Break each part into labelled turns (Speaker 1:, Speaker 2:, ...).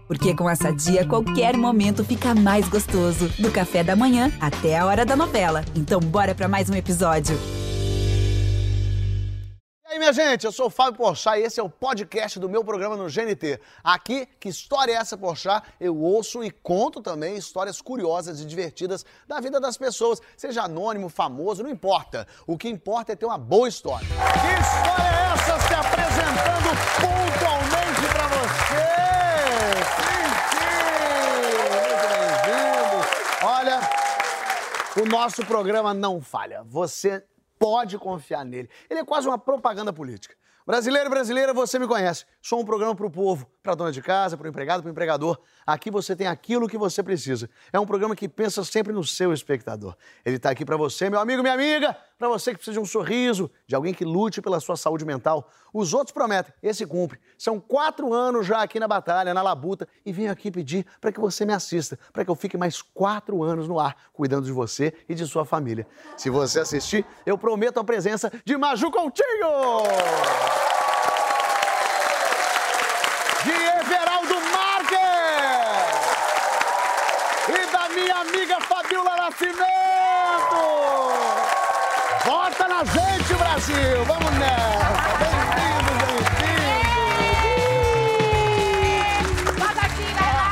Speaker 1: Porque com a Sadia, qualquer momento fica mais gostoso. Do café da manhã até a hora da novela. Então bora pra mais um episódio.
Speaker 2: E aí, minha gente, eu sou o Fábio Porchat e esse é o podcast do meu programa no GNT. Aqui, Que História é Essa, Porchat? Eu ouço e conto também histórias curiosas e divertidas da vida das pessoas. Seja anônimo, famoso, não importa. O que importa é ter uma boa história. Que história é essa se apresentando pontualmente pra você? Muito bem-vindos. Olha, o nosso programa não falha. Você pode confiar nele. Ele é quase uma propaganda política. Brasileiro e brasileira, você me conhece. Sou um programa pro povo, pra dona de casa, pro empregado, pro empregador. Aqui você tem aquilo que você precisa. É um programa que pensa sempre no seu espectador. Ele tá aqui pra você, meu amigo, minha amiga, pra você que precisa de um sorriso, de alguém que lute pela sua saúde mental. Os outros prometem, esse cumpre. São 4 anos já aqui na batalha, na labuta, e venho aqui pedir pra que você me assista, pra que eu fique mais 4 anos no ar, cuidando de você e de sua família. Se você assistir, eu prometo a presença de Maju Coutinho! De Everaldo Marques! E da minha amiga Fabiola Nascimento! Vota na gente, Brasil! Vamos nessa! Bem-vindos, bem-vindos!
Speaker 3: Roda aqui, vai lá!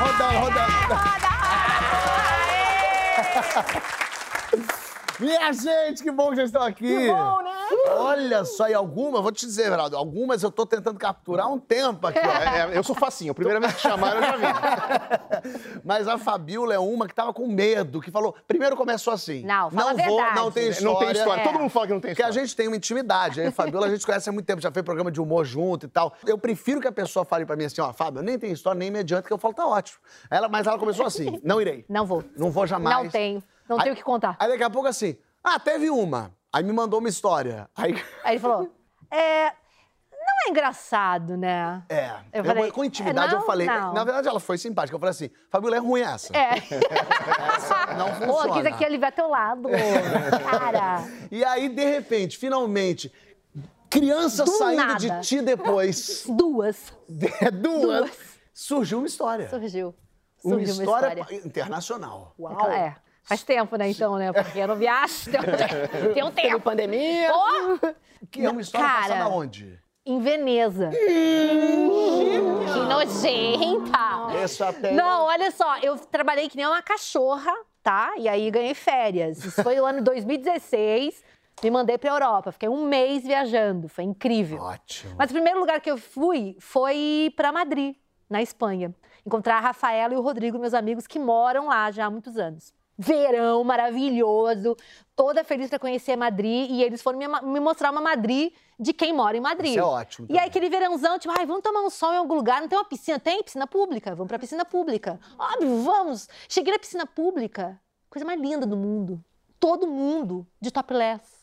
Speaker 2: Roda! Minha gente, que bom que vocês estão aqui!
Speaker 3: Que bom, né?
Speaker 2: Olha só, e algumas, vou te dizer, Everaldo, algumas eu tô tentando capturar há um tempo aqui, ó.
Speaker 4: Eu sou facinho, a primeira vez que chamaram eu já vi.
Speaker 2: Mas a Fabiola é uma que tava com medo, que falou, primeiro começou assim.
Speaker 3: Não, fala a verdade.
Speaker 2: Não tem história.
Speaker 4: Não tem história, todo mundo fala que não tem
Speaker 2: Porque
Speaker 4: história.
Speaker 2: a gente tem uma intimidade, aí, Fabiola, a gente conhece há muito tempo, já fez programa de humor junto e tal. Eu prefiro que a pessoa fale pra mim assim, ó, Fábio, eu nem tenho história, nem me adianta, que eu falo, tá ótimo. Mas ela começou assim, não irei.
Speaker 3: Não vou.
Speaker 2: Não vou jamais.
Speaker 3: Não tenho. Não tenho o que contar.
Speaker 2: Aí daqui a pouco assim, teve uma. Aí me mandou uma história. Aí
Speaker 3: ele falou, não é engraçado, né? Eu falei,
Speaker 2: com intimidade eu falei.
Speaker 3: não.
Speaker 2: Na verdade, ela foi simpática. Eu falei assim, Fabiola, é ruim essa. Essa não funciona.
Speaker 3: Pô, quis aqui aliviar teu lado, cara.
Speaker 2: E aí, de repente, finalmente, criança
Speaker 3: Do
Speaker 2: saindo
Speaker 3: nada.
Speaker 2: de ti depois.
Speaker 3: Duas.
Speaker 2: Duas. Surgiu uma história.
Speaker 3: Surgiu
Speaker 2: Uma
Speaker 3: uma
Speaker 2: história
Speaker 3: história.
Speaker 2: internacional.
Speaker 3: Uau. Faz tempo, né, então, né? Porque eu não viajo. Tem um tempo.
Speaker 4: Pandemia.
Speaker 3: Oh!
Speaker 2: Que é uma história
Speaker 3: Cara,
Speaker 2: passada onde?
Speaker 3: Em Veneza. Que nojenta.
Speaker 2: Essa até...
Speaker 3: Não, olha só, eu trabalhei que nem uma cachorra, tá? E aí ganhei férias. Isso foi o ano 2016. Me mandei pra Europa. Fiquei um mês viajando. Foi incrível.
Speaker 2: Ótimo.
Speaker 3: Mas o primeiro lugar que eu fui foi pra Madrid, na Espanha. Encontrar a Rafaela e o Rodrigo, meus amigos, que moram lá já há muitos anos. Verão maravilhoso, toda feliz pra conhecer Madrid. E eles foram me mostrar uma Madrid de quem mora em Madrid.
Speaker 2: Isso é ótimo
Speaker 3: E
Speaker 2: também.
Speaker 3: aí, aquele verãozão, tipo, vamos tomar um sol em algum lugar. Não tem uma piscina? Tem piscina pública? Vamos pra piscina pública. Óbvio, vamos. Cheguei na piscina pública, coisa mais linda do mundo. Todo mundo de topless.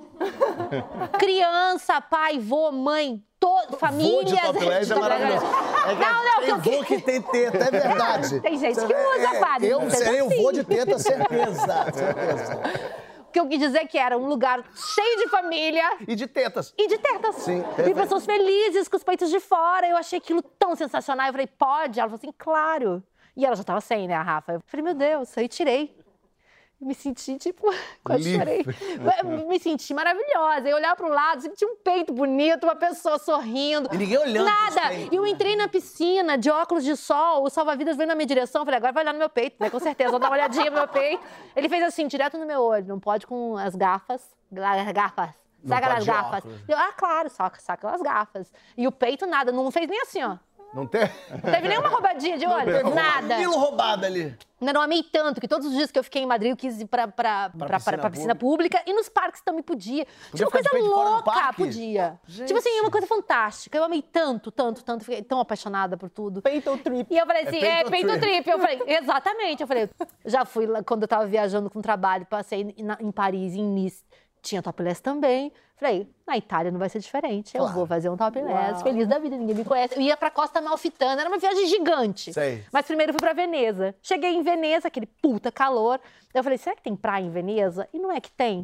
Speaker 3: Criança, pai, vô, mãe, família.
Speaker 2: Vô de topless é maravilhoso. Tem vô que tem teta, é verdade.
Speaker 3: Tem gente que usa, padre.
Speaker 2: Eu serei o vô de teta, certeza.
Speaker 3: O que eu quis dizer que era um lugar cheio de família.
Speaker 2: E de tetas.
Speaker 3: E de tetas.
Speaker 2: Sim,
Speaker 3: E
Speaker 2: perfeito.
Speaker 3: pessoas felizes, com os peitos de fora. Eu achei aquilo tão sensacional. Eu falei, pode? Ela falou assim, claro. E ela já tava sem, né, a Rafa? Eu falei, meu Deus, aí tirei. Me senti, tipo, quase chorei. Me senti maravilhosa. Eu olhava pro lado, senti um peito bonito, uma pessoa sorrindo.
Speaker 2: E ninguém olhando pros
Speaker 3: Nada.
Speaker 2: peitos,
Speaker 3: E eu entrei na piscina, de óculos de sol, o salva-vidas veio na minha direção. Eu falei, agora vai olhar no meu peito, né? Com certeza, vou dar uma olhadinha no meu peito. Ele fez assim, direto no meu olho. Não pode com as garfas. As garfas. Saca as garfas. Eu, claro, saca as garfas. E o peito, nada. Não fez nem assim, ó.
Speaker 2: Não teve?
Speaker 3: Não teve nenhuma roubadinha de olho. Nada.
Speaker 2: Um quilo roubado ali.
Speaker 3: Não amei tanto que todos os dias que eu fiquei em Madrid eu quis ir pra piscina pública e nos parques também podia. Tipo, uma coisa
Speaker 2: ficar de peito de fora no
Speaker 3: louca,
Speaker 2: parque?
Speaker 3: podia.
Speaker 2: Gente.
Speaker 3: Tipo assim, uma coisa fantástica. Eu amei tanto, fiquei tão apaixonada por tudo.
Speaker 4: Peito trip.
Speaker 3: E eu falei assim, peito trip. Eu falei, exatamente. Eu falei, já fui lá quando eu tava viajando com trabalho, passei em Paris, em Nice. Tinha topless também. Falei, na Itália não vai ser diferente. Eu vou fazer um topless, feliz da vida, ninguém me conhece. Eu ia pra Costa Amalfitana, era uma viagem gigante.
Speaker 2: Sei.
Speaker 3: Mas primeiro fui pra Veneza. Cheguei em Veneza, aquele puta calor. Eu falei, será que tem praia em Veneza? E não é que tem.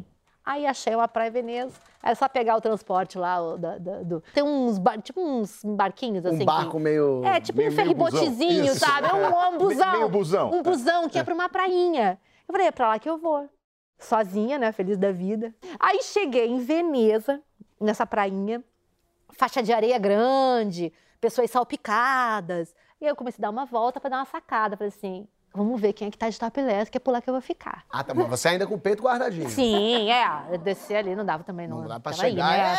Speaker 3: Aí achei uma praia em Veneza. Era só pegar o transporte lá. Tem uns, tipo uns barquinhos assim.
Speaker 2: Um barco meio...
Speaker 3: É, tipo
Speaker 4: meio
Speaker 3: um ferribotezinho,
Speaker 4: busão.
Speaker 3: sabe? Um busão.
Speaker 4: Meio busão.
Speaker 3: Um busão que é pra uma prainha. Eu falei, é pra lá que eu vou. Sozinha, né? Feliz da vida. Aí cheguei em Veneza, nessa prainha. Faixa de areia grande, pessoas salpicadas. E aí eu comecei a dar uma volta pra dar uma sacada. Falei assim, vamos ver quem é que tá de topless, que é por lá que eu vou ficar.
Speaker 2: Ah, tá bom. Você ainda com o peito guardadinho.
Speaker 3: Sim, eu desci ali, não dava também.
Speaker 2: Não dá pra
Speaker 3: tava
Speaker 2: chegar.
Speaker 3: aí, né?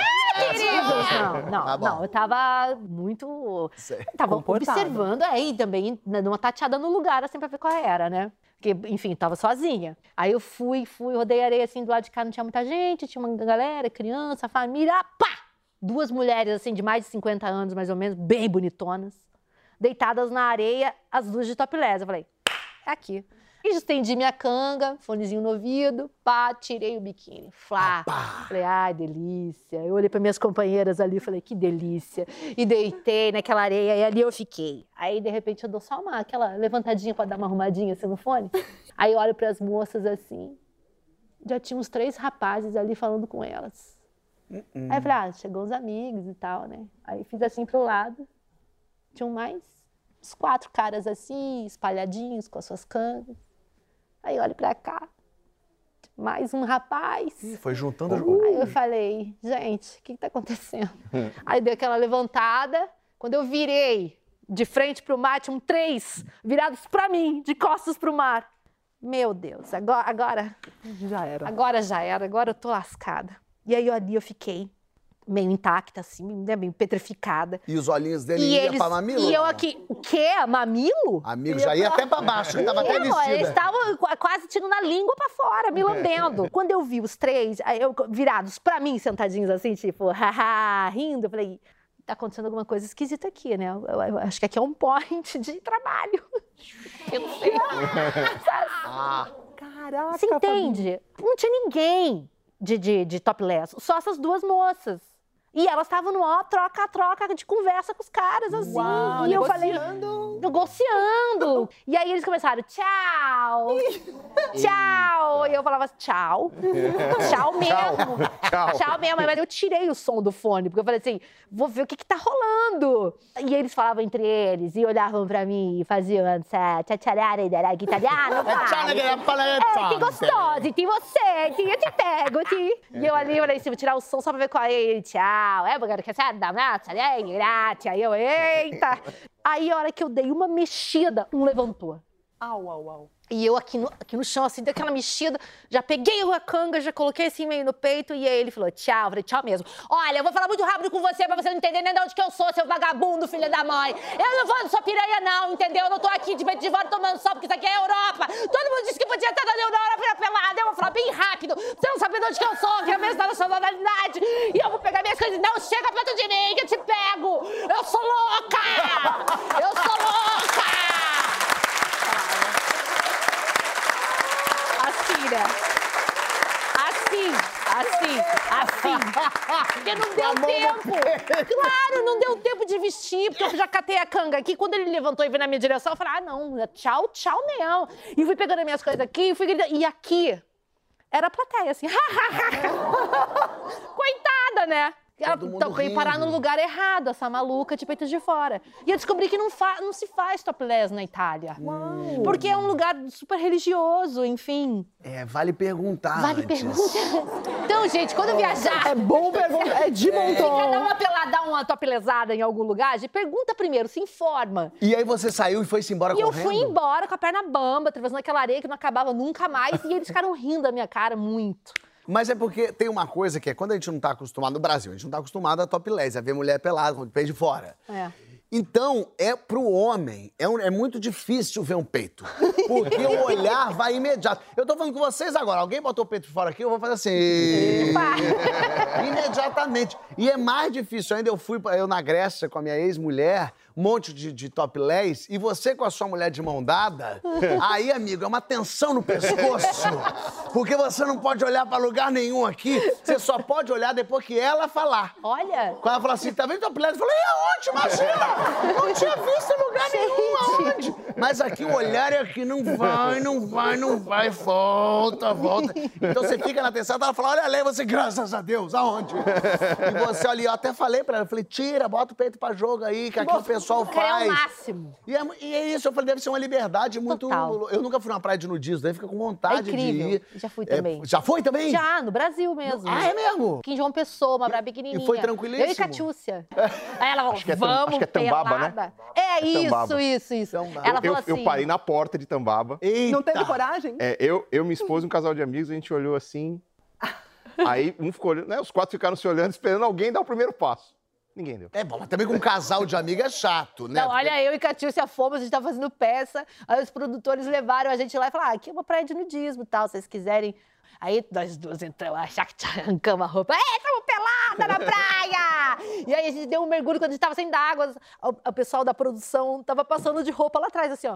Speaker 3: Queridos!
Speaker 2: Tá bom.
Speaker 3: Não, eu tava muito... Tava observando aí também, dando uma tateada no lugar, assim, pra ver qual era, né? Porque, enfim, tava sozinha. Aí eu fui, rodei areia, assim, do lado de cá não tinha muita gente, tinha uma galera, criança, família, pá! 2 mulheres, assim, de mais de 50 anos, mais ou menos, bem bonitonas, deitadas na areia, as 2 de topless. Eu falei, é aqui. E estendi minha canga, fonezinho no ouvido, pá, tirei o biquíni. Flá. Falei, ai, delícia. Eu olhei para minhas companheiras ali e falei, que delícia. E deitei naquela areia e ali eu fiquei. Aí, de repente, eu dou só aquela levantadinha para dar uma arrumadinha assim no fone. Aí eu olho para as moças assim, já tinha uns 3 rapazes ali falando com elas. Aí eu falei, chegou os amigos e tal, né? Aí fiz assim pro lado, tinham mais uns 4 caras assim, espalhadinhos com as suas cangas. Aí olho pra cá, mais um rapaz.
Speaker 2: Foi juntando as coisas.
Speaker 3: Aí eu falei, gente, o que tá acontecendo? Aí dei aquela levantada, quando eu virei de frente pro mar, tinham 3 virados pra mim, de costas pro mar. Meu Deus, agora
Speaker 5: já era.
Speaker 3: Agora eu tô lascada. E aí ali eu fiquei meio intacta, assim, né, meio petrificada.
Speaker 2: E os olhinhos dele iam pra mamilo?
Speaker 3: E eu aqui, o quê? Mamilo?
Speaker 2: Amigo, já ia até pra baixo, ele tava até vestida.
Speaker 3: Eles estavam quase tirando a língua pra fora, me lambendo. Quando eu vi os 3, virados pra mim, sentadinhos assim, tipo, haha, rindo, eu falei, tá acontecendo alguma coisa esquisita aqui, né? Eu acho que aqui é um point de trabalho. Eu não sei.
Speaker 5: Caraca.
Speaker 3: Você entende? Não tinha ninguém de topless, só essas 2 moças. E elas estavam no troca-troca de conversa com os caras, assim.
Speaker 5: Uau,
Speaker 3: e eu
Speaker 5: negociando.
Speaker 3: falei, negociando. E aí eles começaram, tchau, tchau. E eu falava, tchau. Tchau mesmo. Tchau mesmo. Mas eu tirei o som do fone, porque eu falei assim, vou ver o que tá rolando. E eles falavam entre eles, e olhavam pra mim, e faziam, italiano, que gostoso, tem você, eu te pego, E eu ali, falei assim, vou tirar o som só pra ver qual é, tchau. Porque você dá massa, né? Graça. Aí eu, eita! Aí a hora que eu dei uma mexida, um levantou.
Speaker 5: Au.
Speaker 3: E eu aqui no chão, assim, daquela mexida, já peguei a canga, já coloquei assim meio no peito, e aí ele falou, tchau. Eu falei, tchau mesmo. Olha, eu vou falar muito rápido com você, pra você não entender nem de onde que eu sou, seu vagabundo, filho da mãe. Eu não vou na sua piranha, não, entendeu? Eu não tô aqui de peito de fora tomando sol, porque isso aqui é Europa. Todo mundo disse que podia estar na Europa pelada. Eu vou falar bem rápido, você não sabe de onde que eu sou, que é mesmo da nacionalidade. E eu vou pegar minhas coisas e não chega perto de mim, que eu te pego. Eu sou louca! Eu sou louca! Assim, né? Assim. Porque não deu tempo. Claro, não deu tempo de vestir, porque eu já catei a canga aqui. Quando ele levantou e veio na minha direção, eu falei, não, tchau mesmo. E fui pegando as minhas coisas aqui, fui gritando. E aqui era a plateia, assim. Coitada, né? Ela veio parar no lugar errado, essa maluca de peitos de fora. E eu descobri que não se faz topless na Itália.
Speaker 5: Uau.
Speaker 3: Porque é um lugar super religioso, enfim.
Speaker 2: Vale perguntar
Speaker 3: Vale perguntar. Então, gente, quando eu viajar...
Speaker 5: É bom perguntar, é de montão.
Speaker 3: Dar uma toplessada em algum lugar, pergunta primeiro, se informa.
Speaker 2: E aí você saiu e foi-se embora correndo?
Speaker 3: E eu fui embora com a perna bamba, atravessando aquela areia que não acabava nunca mais. E eles ficaram rindo da minha cara muito.
Speaker 2: Mas é porque tem uma coisa que é, quando a gente não tá acostumado no Brasil, a gente não tá acostumado a topless, a ver mulher pelada, com o peito de fora. Então, pro homem, é muito difícil ver um peito. Porque o olhar vai imediato. Eu tô falando com vocês agora, alguém botou o peito de fora aqui, eu vou fazer assim... Imediatamente. E é mais difícil ainda, eu na Grécia com a minha ex-mulher, um monte de topless, e você com a sua mulher de mão dada, aí, amigo, é uma tensão no pescoço, porque você não pode olhar pra lugar nenhum aqui, você só pode olhar depois que ela falar.
Speaker 3: Olha!
Speaker 2: Quando ela fala assim, tá vendo topless? Eu falei, aonde? Imagina! Não tinha visto em lugar nenhum, aonde? Mas aqui o olhar é que não vai, volta. Então você fica na atenção, ela fala, olha ali, você, graças a Deus, aonde? E você ali, eu até falei pra ela, eu falei, tira, bota o peito pra jogo aí, que aqui o pessoal faz.
Speaker 3: É o máximo.
Speaker 2: E é isso, eu falei, deve ser uma liberdade muito...
Speaker 3: Total.
Speaker 2: Eu nunca fui numa praia de nudismo, daí fica com vontade
Speaker 3: É incrível.
Speaker 2: de ir.
Speaker 3: Já fui também.
Speaker 2: Já foi também?
Speaker 3: Já, no Brasil mesmo.
Speaker 2: Ah, é mesmo?
Speaker 3: Aqui em João Pessoa, uma praia pequenininha.
Speaker 2: E foi tranquilíssimo?
Speaker 3: Eu e Catiúcia. Aí ela falou,
Speaker 6: que é
Speaker 3: vamos,
Speaker 6: acho que é Tambaba, né?
Speaker 3: pelada. É
Speaker 6: Tambaba.
Speaker 3: isso.
Speaker 2: Tambaba.
Speaker 3: Ela falou assim...
Speaker 6: Eu parei na porta de Tambaba.
Speaker 2: Eita.
Speaker 5: Não teve coragem?
Speaker 6: Eu, minha esposa e um casal de amigos, a gente olhou assim. Aí um ficou olhando, né? Os quatro ficaram se olhando, esperando alguém dar o primeiro passo. Ninguém deu.
Speaker 2: É bom, mas também com um casal de amiga é chato, né?
Speaker 3: Não, olha, eu e Catiúcia fomos, a gente tava fazendo peça, aí os produtores levaram a gente lá e falaram, aqui é uma praia de nudismo e tal, se vocês quiserem. Aí nós duas entramos, arrancamos a roupa, estamos pelada na praia! E aí a gente deu um mergulho quando a gente tava saindo da água, o pessoal da produção tava passando de roupa lá atrás, assim, ó.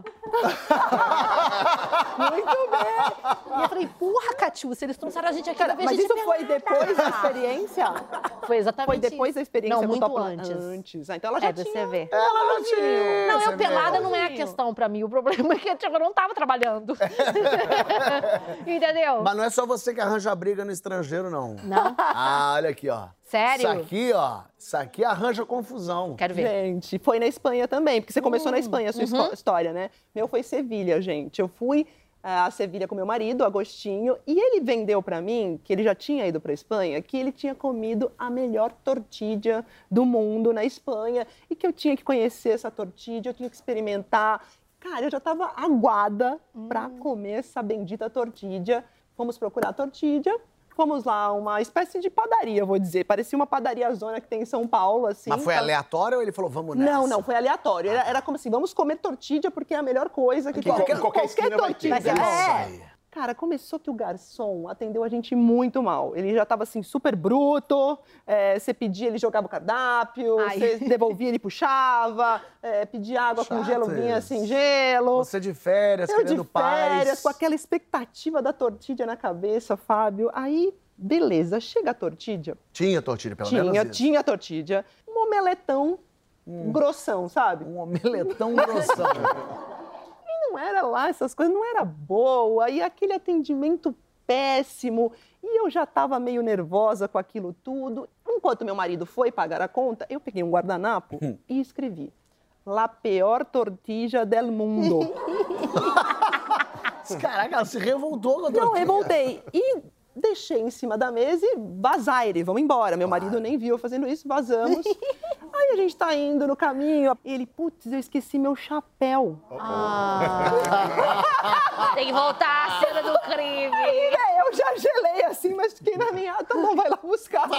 Speaker 3: Muito bem! E eu falei, porra, Catiúcia, eles trouxeram a gente aqui pra ver a
Speaker 5: Mas
Speaker 3: gente
Speaker 5: isso
Speaker 3: pelada.
Speaker 5: foi depois da experiência?
Speaker 3: Foi exatamente
Speaker 5: Foi depois da experiência
Speaker 3: Não,
Speaker 5: com
Speaker 3: muito
Speaker 5: tua
Speaker 3: antes.
Speaker 5: Antes. Ah, então ela já
Speaker 3: Pra
Speaker 5: tinha...
Speaker 3: você ver.
Speaker 2: Ela não tinha.
Speaker 3: Não,
Speaker 2: você
Speaker 3: eu pelada
Speaker 2: vê.
Speaker 3: não é a questão pra mim. O problema é que tipo, eu não tava trabalhando. Entendeu?
Speaker 2: Mas não é só você que arranja briga no estrangeiro, não.
Speaker 3: Não.
Speaker 2: Ah, olha aqui, ó.
Speaker 3: Sério?
Speaker 2: Isso aqui arranja confusão.
Speaker 3: Quero ver.
Speaker 5: Gente, foi na Espanha também, porque você começou na Espanha a sua história, né? Meu foi Sevilha, gente. Eu fui a Sevilha com meu marido, Agostinho, e ele vendeu pra mim, que ele já tinha ido pra Espanha, que ele tinha comido a melhor tortilha do mundo na Espanha e que eu tinha que conhecer essa tortilha, eu tinha que experimentar. Cara, eu já tava aguada pra comer essa bendita tortilha. Fomos procurar a tortilha. Fomos lá, uma espécie de padaria, vou dizer. Parecia uma padaria zona que tem em São Paulo, assim.
Speaker 2: Mas foi aleatório ou ele falou, vamos nessa?
Speaker 5: Não, foi aleatório. Era como assim, vamos comer tortilha porque é a melhor coisa que tem.
Speaker 6: Qualquer esquina vai ter.
Speaker 5: tortilha.
Speaker 2: Vai ter.
Speaker 5: Cara, começou que o garçom atendeu a gente muito mal. Ele já tava assim, super bruto. Você pedia, ele jogava o cardápio.
Speaker 3: Ai.
Speaker 5: Você devolvia, ele puxava. Pedia água com
Speaker 2: Chato
Speaker 5: gelo, vinha
Speaker 2: isso.
Speaker 5: sem gelo.
Speaker 2: Você de férias,
Speaker 5: Eu de
Speaker 2: querendo
Speaker 5: férias,
Speaker 2: paz.
Speaker 5: com aquela expectativa da tortilha na cabeça, Fábio. Aí, beleza, chega a tortilha.
Speaker 2: Tinha tortilha, pelo menos isso.
Speaker 5: Tinha tortilha. Um omeletão grossão, sabe?
Speaker 2: Um omeletão grossão.
Speaker 5: Não era lá, essas coisas não era boa. E aquele atendimento péssimo. E eu já estava meio nervosa com aquilo tudo. Enquanto meu marido foi pagar a conta, eu peguei um guardanapo e escrevi: La peor tortilla del mundo.
Speaker 2: Caraca, ela se revoltou com a tortilha.
Speaker 5: Não, revoltei. E deixei em cima da mesa e vazaire, vamos embora. Meu marido nem viu eu fazendo isso, vazamos. Aí a gente tá indo no caminho. Ele, putz, eu esqueci meu chapéu.
Speaker 3: Tem que voltar à cena do crime.
Speaker 5: Aí, eu já gelei assim, mas fiquei na minha. Tá bom, vai lá buscar.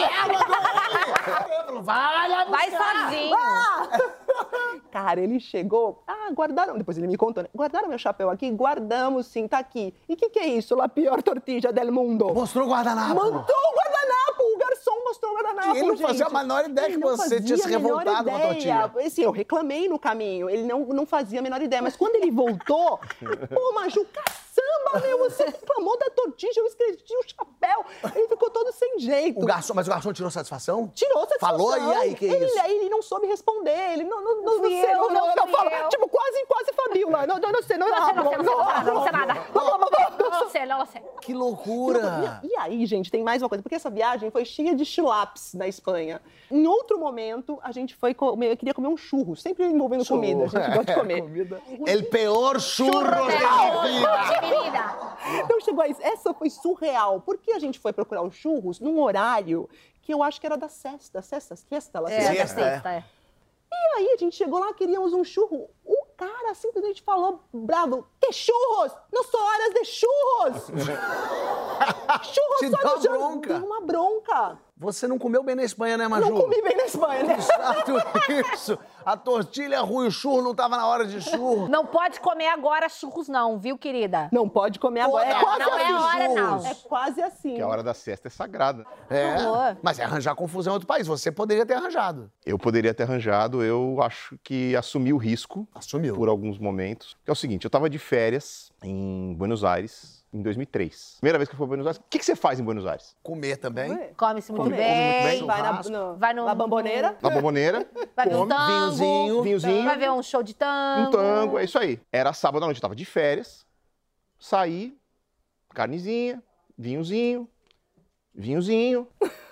Speaker 2: Vai lá
Speaker 3: Vai
Speaker 2: buscar.
Speaker 3: sozinho.
Speaker 5: Cara, ele chegou. Guardaram. Depois ele me contou, né? Guardaram meu chapéu aqui? Guardamos sim, tá aqui. E o que é isso? La pior tortilha del mundo.
Speaker 2: Mostrou o guardanapo.
Speaker 5: Mandou o guardanapo! O garçom mostrou o guardanapo.
Speaker 2: E ele não
Speaker 5: gente.
Speaker 2: fazia a menor ideia
Speaker 5: Ele
Speaker 2: que
Speaker 5: não
Speaker 2: você tinha se
Speaker 5: fazia a menor
Speaker 2: revoltado com a
Speaker 5: ideia.
Speaker 2: tortilha.
Speaker 5: Assim, eu reclamei no caminho. Ele não fazia a menor ideia. Mas quando ele voltou, pô, Maju, caçamba, meu, você reclamou da tortilha, eu esqueci o chapéu. Ele ficou todo sem jeito.
Speaker 2: Mas o garçom tirou satisfação?
Speaker 5: Tirou satisfação.
Speaker 2: Falou? E aí, que isso?
Speaker 5: Ele não soube responder. Ele não
Speaker 3: fui
Speaker 5: sei,
Speaker 3: eu, não fui
Speaker 5: fala.
Speaker 3: eu.
Speaker 5: Tipo, quase Fabiola. Não sei, não
Speaker 3: Não sei nada. Não sei.
Speaker 2: Que loucura!
Speaker 5: E aí, gente, tem mais uma coisa, porque essa viagem foi cheia de chulaps na Espanha. Em outro momento, a gente foi comer, eu queria comer um churro, sempre envolvendo comida, a gente gosta de comer.
Speaker 2: Comida. El peor churro de mi vida.
Speaker 5: Então chegou aí, essa foi surreal, porque a gente foi procurar os churros num horário que eu acho que era da siesta, ela
Speaker 3: É,
Speaker 2: Siesta,
Speaker 3: da sexta, é.
Speaker 5: E aí a gente chegou lá, queríamos um churro. O cara simplesmente falou, bravo, que churros? Não são horas de churros! Churros
Speaker 2: Te
Speaker 5: só
Speaker 2: deu
Speaker 5: no
Speaker 2: uma
Speaker 5: churros.
Speaker 2: bronca.
Speaker 5: Deu uma bronca.
Speaker 2: Você não comeu bem na Espanha, né, Maju?
Speaker 5: Não comi bem na Espanha, né?
Speaker 2: Exato isso. A tortilha é ruim, o churro não tava na hora de churro.
Speaker 3: Não pode comer agora churros não, viu, querida?
Speaker 5: Não pode comer agora. É
Speaker 2: Não,
Speaker 5: quase
Speaker 3: não é
Speaker 5: assim.
Speaker 3: hora, não.
Speaker 5: É quase assim.
Speaker 6: Que a hora da siesta é sagrada.
Speaker 2: É, mas é arranjar confusão em outro país. Você poderia ter arranjado.
Speaker 6: Eu poderia ter arranjado, eu acho que assumi o risco
Speaker 2: Assumiu.
Speaker 6: por alguns momentos. Que é o seguinte, eu tava de férias férias em Buenos Aires em 2003. Primeira vez que eu fui a Buenos Aires. O que você faz em Buenos Aires?
Speaker 2: Comer também.
Speaker 3: Come-se muito
Speaker 5: Come
Speaker 3: bem.
Speaker 5: Vai
Speaker 3: no...
Speaker 5: na Bamboneira.
Speaker 6: Na Bomboneira.
Speaker 3: Vai ver um tango.
Speaker 6: Vinhozinho.
Speaker 3: Vai ver um show de tango.
Speaker 6: Um tango, é isso aí. Era sábado à noite, eu tava de férias. Saí, carnezinha, vinhozinho. Vinhozinho.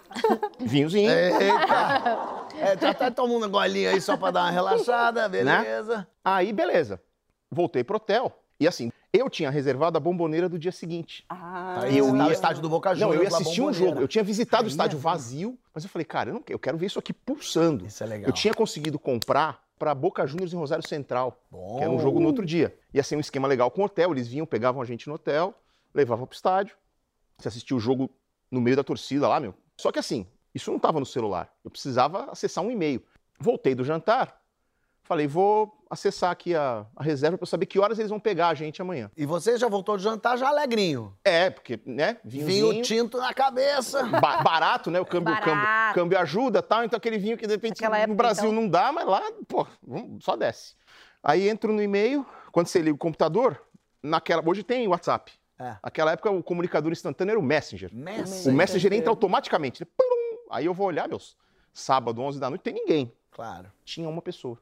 Speaker 2: Já tá tomando um golinho aí só pra dar uma relaxada, beleza.
Speaker 6: Né? Aí, beleza. Voltei pro hotel. E assim, eu tinha reservado a Bomboneira do dia seguinte.
Speaker 2: Aí eu ia no estádio do Boca Juniors.
Speaker 6: Não, eu ia assistir um jogo. Eu tinha visitado o estádio
Speaker 2: é
Speaker 6: vazio, mas eu falei, cara, eu quero ver isso aqui pulsando.
Speaker 2: Isso é legal.
Speaker 6: Eu tinha conseguido comprar pra Boca Juniors em Rosário Central, que era um jogo no outro dia. Ia ser um esquema legal com o hotel, eles vinham, pegavam a gente no hotel, levavam pro estádio, você assistia o jogo no meio da torcida lá, meu. Só que assim, isso não tava no celular, eu precisava acessar um e-mail. Voltei do jantar, falei, vou acessar aqui a reserva pra eu saber que horas eles vão pegar a gente amanhã.
Speaker 2: E você já voltou do jantar já alegrinho.
Speaker 6: É, porque, né,
Speaker 2: Vinho tinto na cabeça.
Speaker 6: Barato, né? O câmbio ajuda e tal. Então aquele vinho que de repente no Brasil não dá, mas lá, pô, só desce. Aí entro no e-mail, quando você liga o computador, hoje tem WhatsApp. Naquela época o comunicador instantâneo era o Messenger. O Messenger entra automaticamente. Né? Aí eu vou olhar, meus, sábado, 11 da noite, tem ninguém.
Speaker 2: Claro.
Speaker 6: Tinha uma pessoa.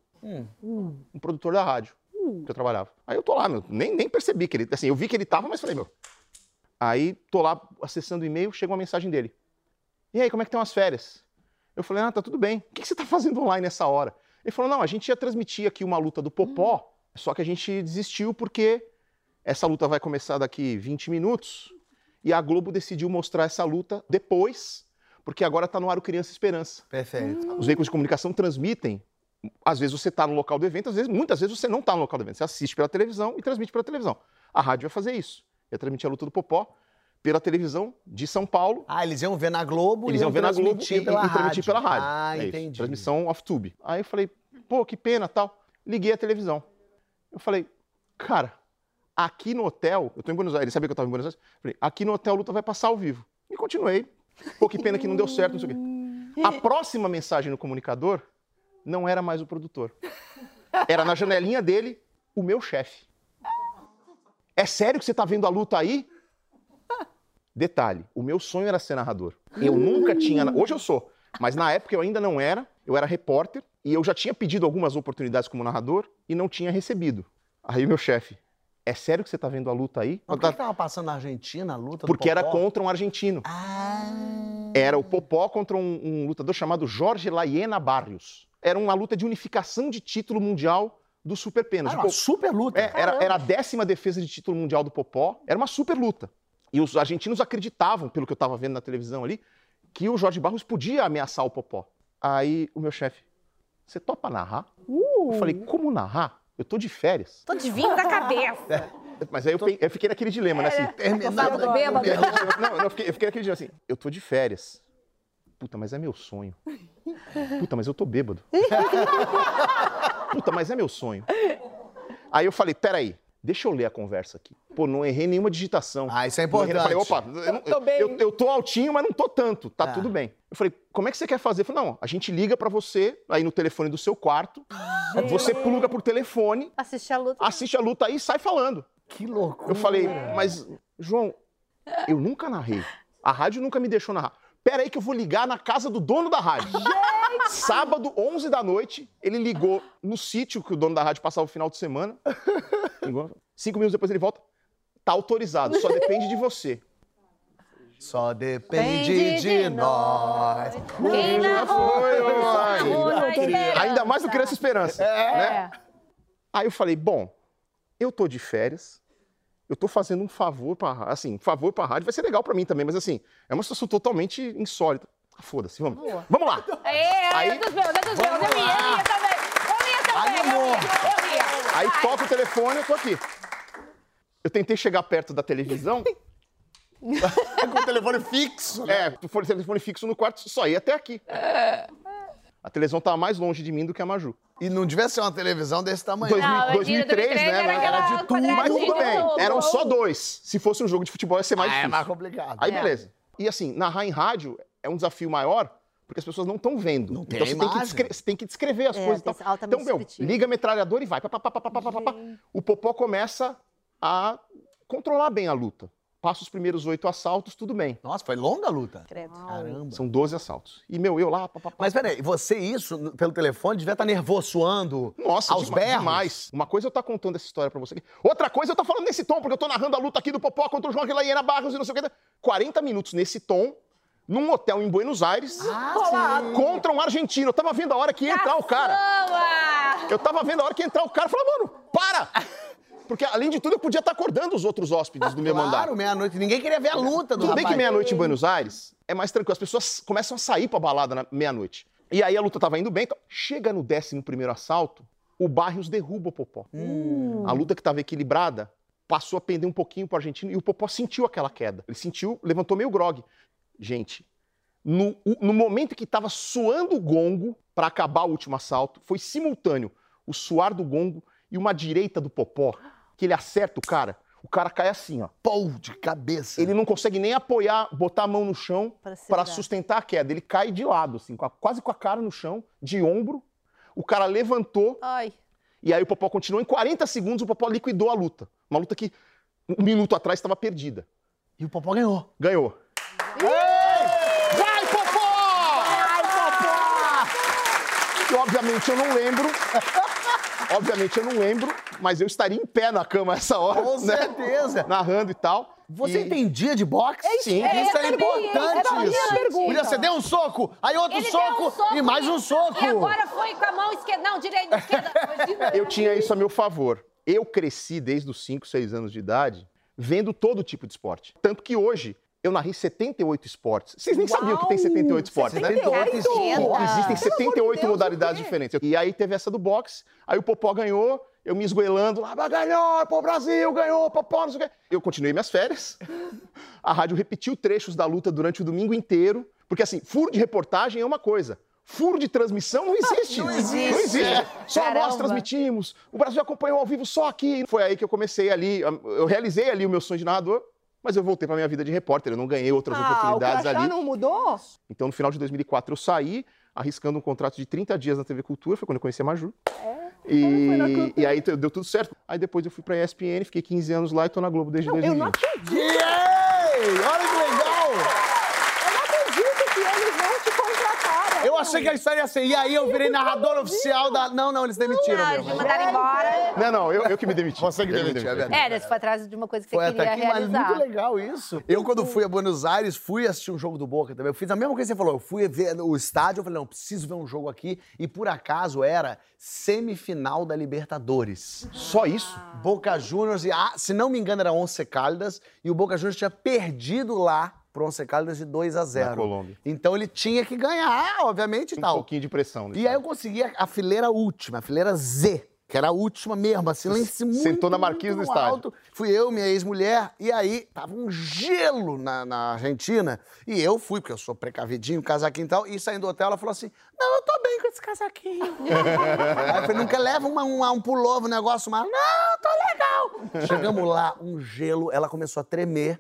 Speaker 6: Um produtor da rádio que eu trabalhava. Aí eu tô lá, meu, nem percebi que ele... Assim, eu vi que ele tava, mas falei, meu... Aí tô lá acessando o e-mail, chega uma mensagem dele. E aí, como é que estão as férias? Eu falei, tá tudo bem. O que você tá fazendo online nessa hora? Ele falou, não, a gente ia transmitir aqui uma luta do Popó, só que a gente desistiu porque essa luta vai começar daqui 20 minutos e a Globo decidiu mostrar essa luta depois, porque agora tá no ar o Criança Esperança.
Speaker 2: Perfeito.
Speaker 6: Os veículos de comunicação transmitem. Às vezes você está no local do evento, muitas vezes você não está no local do evento. Você assiste pela televisão e transmite pela televisão. A rádio vai fazer isso. Vai transmitir a luta do Popó pela televisão de São Paulo.
Speaker 2: Eles iam ver na Globo
Speaker 6: e iam transmitir pela rádio.
Speaker 2: Entendi.
Speaker 6: Isso. Transmissão off-tube. Aí eu falei, pô, que pena, tal. Liguei a televisão. Eu falei, cara, aqui no hotel, eu tô em Buenos Aires, ele sabia que eu estava em Buenos Aires? Eu falei, aqui no hotel a luta vai passar ao vivo. E continuei. Pô, que pena que não deu certo, não sei o quê. A próxima mensagem no comunicador não era mais o produtor. Era na janelinha dele, o meu chefe. É sério que você tá vendo a luta aí? Detalhe, o meu sonho era ser narrador. Eu nunca tinha... Hoje eu sou, mas na época eu ainda não era. Eu era repórter e eu já tinha pedido algumas oportunidades como narrador e não tinha recebido. Aí o meu chefe, é sério que você tá vendo a luta aí?
Speaker 2: Mas por que tava passando na Argentina a luta
Speaker 6: Porque
Speaker 2: do Popó?
Speaker 6: era contra um argentino. Era o Popó contra um lutador chamado Jorge Layena Barrios. Era uma luta de unificação de título mundial do super pênalti.
Speaker 2: Era uma super luta.
Speaker 6: Era a 10ª defesa de título mundial do Popó. Era uma super luta. E os argentinos acreditavam, pelo que eu estava vendo na televisão ali, que o Jorge Barrios podia ameaçar o Popó. Aí o meu chefe, você topa narrar? Eu falei, como narrar? Eu tô de férias.
Speaker 3: Tô de vinho da cabeça.
Speaker 6: Mas aí eu fiquei naquele dilema, né? Assim,
Speaker 3: Sábado bêbado.
Speaker 6: eu fiquei naquele dilema assim, eu tô de férias. Puta, mas é meu sonho. Puta, mas eu tô bêbado. Puta, mas é meu sonho. Aí eu falei, peraí, deixa eu ler a conversa aqui. Pô, não errei nenhuma digitação.
Speaker 2: Isso é importante.
Speaker 6: Eu falei, opa, eu tô altinho, mas não tô tanto. Tá tudo bem. Eu falei, como é que você quer fazer? Eu falei, não, a gente liga pra você, aí no telefone do seu quarto, você pluga por telefone,
Speaker 3: assiste a luta
Speaker 2: Que loucura.
Speaker 6: Eu falei, mas, João, eu nunca narrei. A rádio nunca me deixou narrar. Pera aí que eu vou ligar na casa do dono da rádio. Gente! Sábado, 11 da noite, ele ligou no sítio que o dono da rádio passava o final de semana. 5 minutos depois ele volta. Tá autorizado, só depende de você.
Speaker 2: Só depende de nós.
Speaker 3: Quem
Speaker 6: Ainda mais do Criança Esperança. Né? Aí eu falei, bom, eu tô de férias. Eu tô fazendo um favor pra rádio, vai ser legal pra mim também, mas assim, é uma situação totalmente insólita. Foda-se, vamos lá.
Speaker 3: Aí, dos meus, eu ia também.
Speaker 6: Aí toca o telefone, eu tô aqui. Eu tentei chegar perto da televisão.
Speaker 2: Com o telefone fixo, né?
Speaker 6: Telefone fixo no quarto, só ia até aqui. A televisão tava mais longe de mim do que a Maju.
Speaker 2: E não devia ser uma televisão desse tamanho.
Speaker 6: 2003, né?
Speaker 2: Era de tudo.
Speaker 6: Mas tudo bem, eram só 2. Se fosse um jogo de futebol, ia ser mais difícil.
Speaker 2: É mais complicado.
Speaker 6: Aí, beleza. E assim, narrar em rádio é um desafio maior, porque as pessoas não estão vendo.
Speaker 2: Não tem
Speaker 6: então você tem que descrever as coisas e tal. Então, liga a metralhadora e vai. O Popó começa a controlar bem a luta. Passo os primeiros 8 assaltos, tudo bem.
Speaker 2: Nossa, foi longa a luta.
Speaker 3: Credo.
Speaker 2: Caramba.
Speaker 6: São 12 assaltos. E, eu lá...
Speaker 2: Mas peraí, você isso, pelo telefone, devia estar nervoso, suando,
Speaker 6: Nossa,
Speaker 2: aos berros?
Speaker 6: demais. Uma coisa eu tô contando essa história pra você aqui. Outra coisa eu tô falando nesse tom, porque eu tô narrando a luta aqui do Popó contra o João Aguilera Barros e não sei o que. 40 minutos nesse tom, num hotel em Buenos Aires, contra um argentino. Eu tava vendo a hora que ia entrar o cara. Eu tava vendo a hora que ia entrar o cara. Eu falei, mano, para! Porque, além de tudo, eu podia estar acordando os outros hóspedes do meu andar.
Speaker 2: Claro, meia-noite. Ninguém queria ver a luta do
Speaker 6: Tudo
Speaker 2: rapaz.
Speaker 6: bem que meia-noite em Buenos Aires é mais tranquilo. As pessoas começam a sair pra balada na meia-noite. E aí a luta tava indo bem. Então, chega no 11º assalto, o Barrios derruba o Popó. A luta que tava equilibrada passou a pender um pouquinho pro argentino e o Popó sentiu aquela queda. Ele sentiu, levantou meio grogue. Gente, no momento que tava suando o gongo pra acabar o último assalto, foi simultâneo o suar do gongo e uma direita do Popó, que ele acerta o cara cai assim, ó.
Speaker 2: Pô, de cabeça.
Speaker 6: Ele não consegue nem apoiar, botar a mão no chão
Speaker 3: Pra
Speaker 6: para
Speaker 3: segurar.
Speaker 6: sustentar a queda. Ele cai de lado, assim, quase com a cara no chão, de ombro. O cara levantou
Speaker 3: Ai.
Speaker 6: e aí o Popó continuou. Em 40 segundos, o Popó liquidou a luta. Uma luta que, um minuto atrás, estava perdida.
Speaker 2: E o Popó ganhou.
Speaker 6: Ganhou. Vai, Popó!
Speaker 2: Ai, Popó!
Speaker 6: E, obviamente, eu não lembro. Obviamente, eu não lembro, mas eu estaria em pé na cama essa hora.
Speaker 2: Com
Speaker 6: né?
Speaker 2: certeza.
Speaker 6: Narrando e tal.
Speaker 2: Você
Speaker 6: E-
Speaker 2: entendia de boxe?
Speaker 6: Sim.
Speaker 2: Isso é
Speaker 3: eu também,
Speaker 2: importante.
Speaker 3: era a minha
Speaker 2: Isso.
Speaker 3: pergunta.
Speaker 2: Podia ser, deu um soco, aí outro
Speaker 7: Ele
Speaker 2: soco,
Speaker 7: deu um soco
Speaker 2: e mais um soco.
Speaker 7: E agora foi com a mão esquerda. Não, direita, esquerda. Imagina.
Speaker 6: Eu tinha isso a meu favor. Eu cresci desde os 5, 6 anos de idade vendo todo tipo de esporte. Tanto que hoje eu narrei 78 esportes. Vocês nem sabiam que tem 78 esportes, né?
Speaker 2: 78 esportes.
Speaker 6: Existem 78 modalidades diferentes. E aí teve essa do boxe, aí o Popó ganhou, eu me esgoelando lá, ganhou, pô, Brasil, ganhou, Popó, não sei o quê. Eu continuei minhas férias. A rádio repetiu trechos da luta durante o domingo inteiro, porque assim, furo de reportagem é uma coisa. Furo de transmissão não existe.
Speaker 2: Não existe.
Speaker 6: Não existe. Só
Speaker 3: Caramba.
Speaker 6: nós transmitimos. O Brasil acompanhou ao vivo só aqui. Foi aí que eu comecei ali, eu realizei ali o meu sonho de narrador, mas eu voltei pra minha vida de repórter. Eu não ganhei outras
Speaker 5: o
Speaker 6: oportunidades
Speaker 5: crachá
Speaker 6: ali.
Speaker 5: não mudou?
Speaker 6: Então, no final de 2004, eu saí, arriscando um contrato de 30 dias na TV Cultura, foi quando eu conheci a Maju. E aí deu tudo certo. Aí depois eu fui pra ESPN, fiquei 15 anos lá e tô na Globo desde
Speaker 5: Eu
Speaker 6: 2020.
Speaker 5: não acredito.
Speaker 2: Yay! Olha que legal!
Speaker 5: Eu não acredito que eles não te contrataram.
Speaker 2: Eu achei que a história ia ser, e aí eu virei narrador oficial da... Não, eles demitiram
Speaker 3: Não,
Speaker 2: mesmo.
Speaker 3: eles mandaram embora.
Speaker 6: Não, eu que me demiti.
Speaker 2: Você que
Speaker 6: Eu me
Speaker 2: demitiu, é verdade.
Speaker 3: É, né, você foi atrás de uma coisa que você
Speaker 2: Foi até
Speaker 3: queria
Speaker 2: aqui, mas
Speaker 3: realizar.
Speaker 2: muito legal isso. Eu, quando fui a Buenos Aires, fui assistir um jogo do Boca também. Eu fiz a mesma coisa que você falou. Eu fui ver o estádio, eu falei, não, preciso ver um jogo aqui. E por acaso era semifinal da Libertadores.
Speaker 6: Só isso?
Speaker 2: Boca Juniors, e se não me engano, era Once Caldas. E o Boca Juniors tinha perdido lá pro Once Caldas de 2-0.
Speaker 6: Na Colômbia.
Speaker 2: Então ele tinha que ganhar, obviamente, e
Speaker 6: Um
Speaker 2: tal.
Speaker 6: pouquinho de pressão.
Speaker 2: E aí eu consegui a fileira última, a fileira Z, que era a última mesmo, assim, lá em cima,
Speaker 6: Sentou na marquise
Speaker 2: muito
Speaker 6: do estádio.
Speaker 2: alto. Fui eu, minha ex-mulher, e aí tava um gelo na Argentina, e eu fui, porque eu sou precavidinho, casaquinho e tal, e saindo do hotel, ela falou assim, não, eu tô bem com esse casaquinho. Aí eu falei, nunca leva um pullover, um negócio mais, não, tô legal. Chegamos lá, um gelo, ela começou a tremer,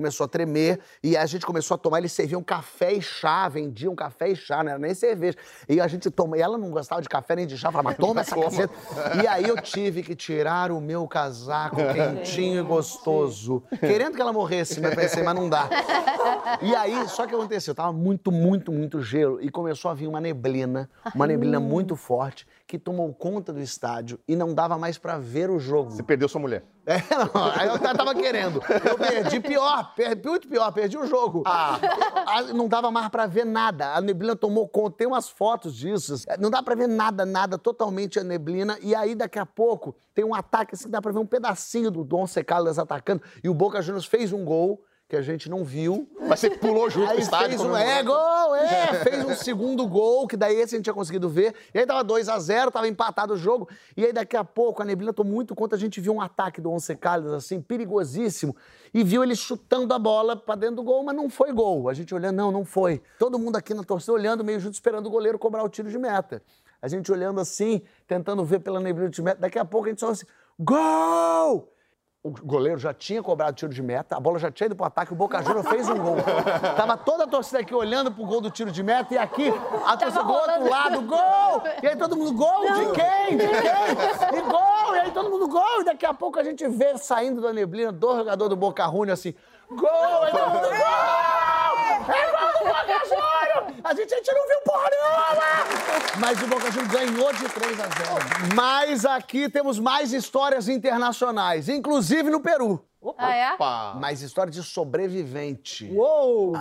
Speaker 2: e a gente começou a tomar, eles serviam café e chá, vendiam café e chá, não era nem cerveja. E a gente toma, e ela não gostava de café nem de chá, falava, mas toma essa caceta. E aí eu tive que tirar o meu casaco quentinho e gostoso, querendo que ela morresse, mas pensei, mas não dá. E aí, só que aconteceu, tava muito gelo, e começou a vir uma neblina muito forte, que tomou conta do estádio e não dava mais pra ver o jogo.
Speaker 6: Você perdeu sua mulher.
Speaker 2: Não, aí eu tava querendo. Eu perdi muito pior, perdi o jogo. Não dava mais pra ver nada. A neblina tomou conta, tem umas fotos disso. Não dá pra ver nada, totalmente a neblina. E aí, daqui a pouco, tem um ataque assim, dá pra ver um pedacinho do Once Caldas atacando. E o Boca Juniors fez um gol, que a gente não viu.
Speaker 6: Mas você pulou junto
Speaker 2: Aí
Speaker 6: no estádio.
Speaker 2: fez
Speaker 6: comemorando.
Speaker 2: fez um segundo gol, que daí esse a gente tinha conseguido ver. E aí tava 2-0, tava empatado o jogo. E aí daqui a pouco a neblina tomou muito conta, a gente viu um ataque do Once Caldas, assim, perigosíssimo. E viu ele chutando a bola pra dentro do gol, mas não foi gol. A gente olhando, não foi. Todo mundo aqui na torcida olhando, meio junto, esperando o goleiro cobrar o tiro de meta. A gente olhando assim, tentando ver pela neblina de meta. Daqui a pouco a gente só assim, gol! O goleiro já tinha cobrado tiro de meta, a bola já tinha ido pro ataque, o Boca Juniors fez um gol. Tava toda a torcida aqui olhando pro gol do tiro de meta e aqui a torcida do outro lado, gol! E aí todo mundo, gol de quem? De quem? E gol! gol! E aí todo mundo gol, e daqui a pouco a gente vê saindo da neblina dois jogadores do Boca Juniors assim, gol! Aí todo mundo gol! É gol do Boca Juniors! A gente não viu porra nenhuma! Mas o Boca Juniors ganhou de 3-0. Mas aqui temos mais histórias internacionais, inclusive no Peru.
Speaker 3: Ah, é?
Speaker 2: Mais história de sobrevivente.
Speaker 5: Uou!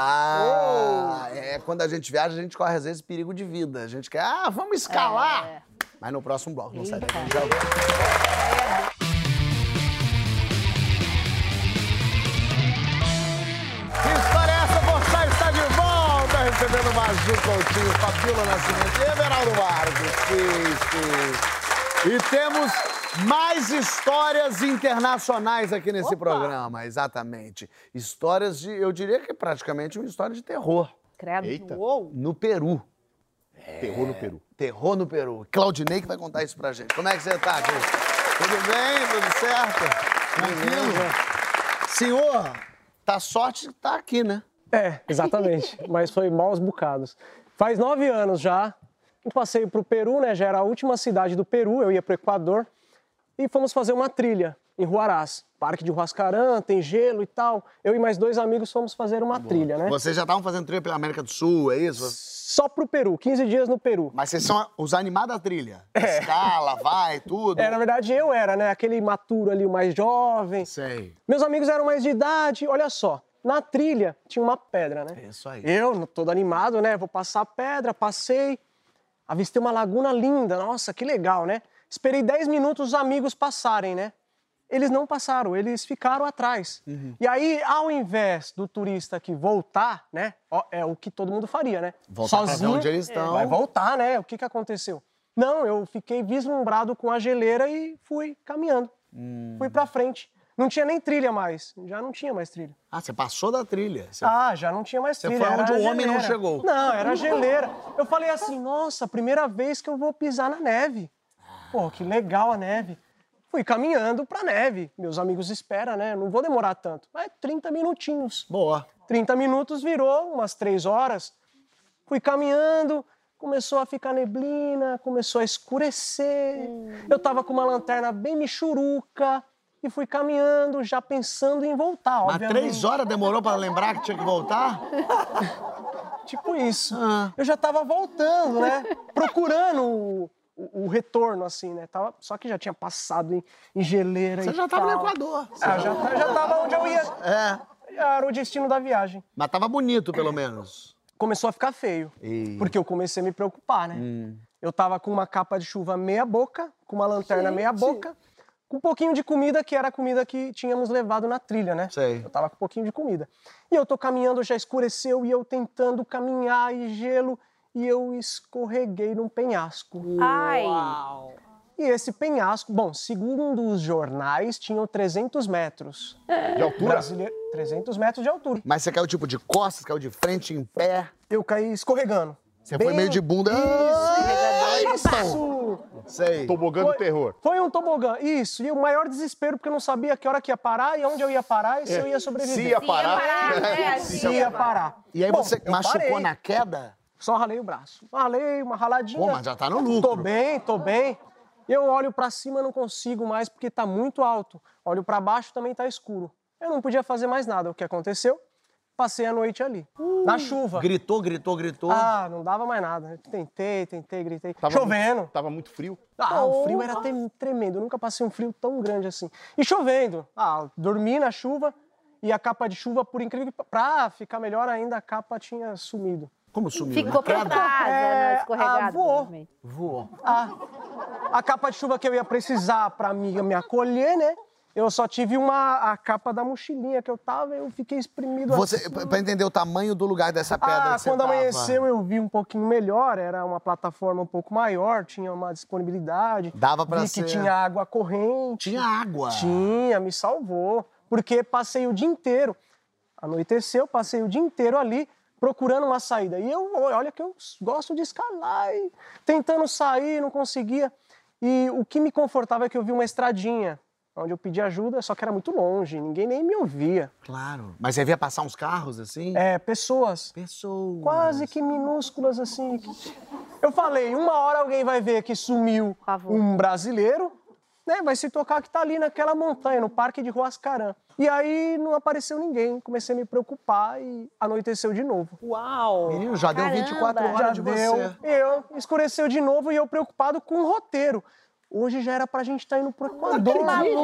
Speaker 2: É, quando a gente viaja, a gente corre às vezes perigo de vida. A gente quer, vamos escalar. Mas no próximo bloco, não sai daqui. Já volto. Que história é essa? Você está de volta, recebendo Maju Coutinho, Fabíola Nascimento e Everaldo Marques. Sim. E temos mais histórias internacionais aqui nesse programa, exatamente. Histórias de, eu diria que praticamente uma história de terror.
Speaker 3: Credo.
Speaker 6: Eita.
Speaker 5: Uou!
Speaker 2: No Peru.
Speaker 6: Terror no Peru.
Speaker 2: Terror no Peru. Claudinei que vai contar isso pra gente. Como é que você tá, Cris? Tudo bem? Tudo certo? Tranquilo? Senhor, tá sorte que tá aqui, né?
Speaker 8: É, exatamente. Mas foi maus bocados. Faz 9 anos já. Eu passei pro Peru, né? Já era a última cidade do Peru. Eu ia pro Equador. E fomos fazer uma trilha em Huaraz. Parque de Huascarán, tem gelo e tal. Eu e mais 2 amigos fomos fazer uma trilha, né?
Speaker 2: Vocês já estavam fazendo trilha pela América do Sul, é isso?
Speaker 8: Só pro Peru, 15 dias no Peru.
Speaker 2: Mas vocês são os animados da trilha? Escala, vai, tudo?
Speaker 8: Na verdade eu era, né? Aquele imaturo ali, o mais jovem.
Speaker 2: Sei.
Speaker 8: Meus amigos eram mais de idade. Olha só, na trilha tinha uma pedra, né?
Speaker 2: É isso aí.
Speaker 8: Eu, todo animado, né? Vou passar a pedra, passei. Avistei uma laguna linda. Nossa, que legal, né? Esperei 10 minutos os amigos passarem, né? Eles não passaram, eles ficaram atrás. E aí, ao invés do turista que voltar, né? É o que todo mundo faria, né?
Speaker 2: Voltar pra ver onde eles estão.
Speaker 8: Vai voltar, né? O que aconteceu? Não, eu fiquei vislumbrado com a geleira e fui caminhando. Fui pra frente. Não tinha nem trilha mais. Já não tinha mais trilha.
Speaker 2: Ah, você passou da trilha. Você...
Speaker 8: Já não tinha mais trilha.
Speaker 2: foi onde
Speaker 8: era
Speaker 2: o homem não
Speaker 8: geleira.
Speaker 2: chegou.
Speaker 8: Não, era geleira. Eu falei assim, nossa, primeira vez que eu vou pisar na neve. Pô, que legal a neve. Fui caminhando pra neve. Meus amigos esperam, né? Não vou demorar tanto. Mas 30 minutinhos.
Speaker 2: Boa.
Speaker 8: 30 minutos virou umas 3 horas. Fui caminhando, começou a ficar neblina, começou a escurecer. Eu tava com uma lanterna bem michuruca e fui caminhando, já pensando em voltar,
Speaker 2: Mas
Speaker 8: obviamente.
Speaker 2: 3 horas demorou pra lembrar que tinha que voltar?
Speaker 8: Tipo isso. Eu já tava voltando, né? Procurando o retorno, assim, né? Só que já tinha passado em geleira
Speaker 2: Você
Speaker 8: e
Speaker 2: já tava no
Speaker 8: tal.
Speaker 2: Equador.
Speaker 8: Já tava onde eu ia. Era o destino da viagem.
Speaker 2: Mas tava bonito, pelo menos.
Speaker 8: Começou a ficar feio, porque eu comecei a me preocupar, né? Eu tava com uma capa de chuva meia boca, com uma lanterna meia boca, com um pouquinho de comida, que era a comida que tínhamos levado na trilha, né?
Speaker 2: Sei.
Speaker 8: Eu tava com um pouquinho de comida. E eu tô caminhando, já escureceu, e eu tentando caminhar, e gelo, e eu escorreguei num penhasco.
Speaker 3: Ai.
Speaker 8: E esse penhasco, bom, segundo os jornais, tinham 300 metros.
Speaker 6: De altura?
Speaker 8: 300 metros de altura.
Speaker 2: Mas você caiu tipo de costas, caiu de frente, em pé?
Speaker 8: Eu caí escorregando.
Speaker 2: Você foi meio de bunda.
Speaker 8: Isso!
Speaker 2: Sei.
Speaker 6: Tobogã do terror.
Speaker 8: Foi um tobogã, isso. E o maior desespero, porque eu não sabia que hora que ia parar e onde eu ia parar e se eu ia sobreviver.
Speaker 6: Se ia parar.
Speaker 8: Se ia parar.
Speaker 2: E aí
Speaker 8: Bom,
Speaker 2: você
Speaker 8: eu
Speaker 2: machucou
Speaker 8: parei.
Speaker 2: na queda?
Speaker 8: Só ralei o braço. Ralei, uma raladinha.
Speaker 2: Pô, mas já tá no lucro.
Speaker 8: Tô bem. Eu olho pra cima, não consigo mais porque tá muito alto. Olho pra baixo, também tá escuro. Eu não podia fazer mais nada. O que aconteceu? Passei a noite ali, na chuva.
Speaker 2: Gritou.
Speaker 8: Ah, não dava mais nada. Tentei, gritei.
Speaker 6: Tava
Speaker 8: Chovendo.
Speaker 6: Tava muito frio.
Speaker 8: O frio era tremendo. Eu nunca passei um frio tão grande assim. E chovendo. Dormi na chuva e a capa de chuva, por incrível que... Pra ficar melhor ainda, a capa tinha sumido.
Speaker 2: Como sumiu?
Speaker 3: Ficou pra trás, né? Escorregado.
Speaker 8: Voou.
Speaker 2: Voou.
Speaker 8: A capa de chuva que eu ia precisar pra me acolher, né? Eu só tive a capa da mochilinha que eu tava, eu fiquei espremido
Speaker 2: Você,
Speaker 8: assim.
Speaker 2: pra entender o tamanho do lugar dessa pedra que você
Speaker 8: Quando
Speaker 2: tava.
Speaker 8: amanheceu eu vi um pouquinho melhor, era uma plataforma um pouco maior, tinha uma disponibilidade.
Speaker 2: Dava pra
Speaker 8: Vi
Speaker 2: ser.
Speaker 8: que tinha água corrente.
Speaker 2: Tinha água.
Speaker 8: Tinha, me salvou. Porque passei o dia inteiro, anoiteceu, passei o dia inteiro ali procurando uma saída. E olha que eu gosto de escalar e tentando sair, não conseguia. E o que me confortava é que eu vi uma estradinha, onde eu pedi ajuda, só que era muito longe, ninguém nem me ouvia.
Speaker 2: Claro. Mas você via passar uns carros assim?
Speaker 8: Pessoas.
Speaker 2: Pessoas.
Speaker 8: Quase que minúsculas assim. Eu falei, uma hora alguém vai ver que sumiu um brasileiro né, vai se tocar que tá ali naquela montanha, no Parque de Huascarán. E aí não apareceu ninguém, comecei a me preocupar e anoiteceu de novo.
Speaker 5: Uau!
Speaker 2: Menino, já deu 24 horas
Speaker 8: Já
Speaker 2: de
Speaker 8: deu,
Speaker 2: você.
Speaker 8: escureceu de novo e eu preocupado com o roteiro. Hoje já era pra gente estar indo pro Equador.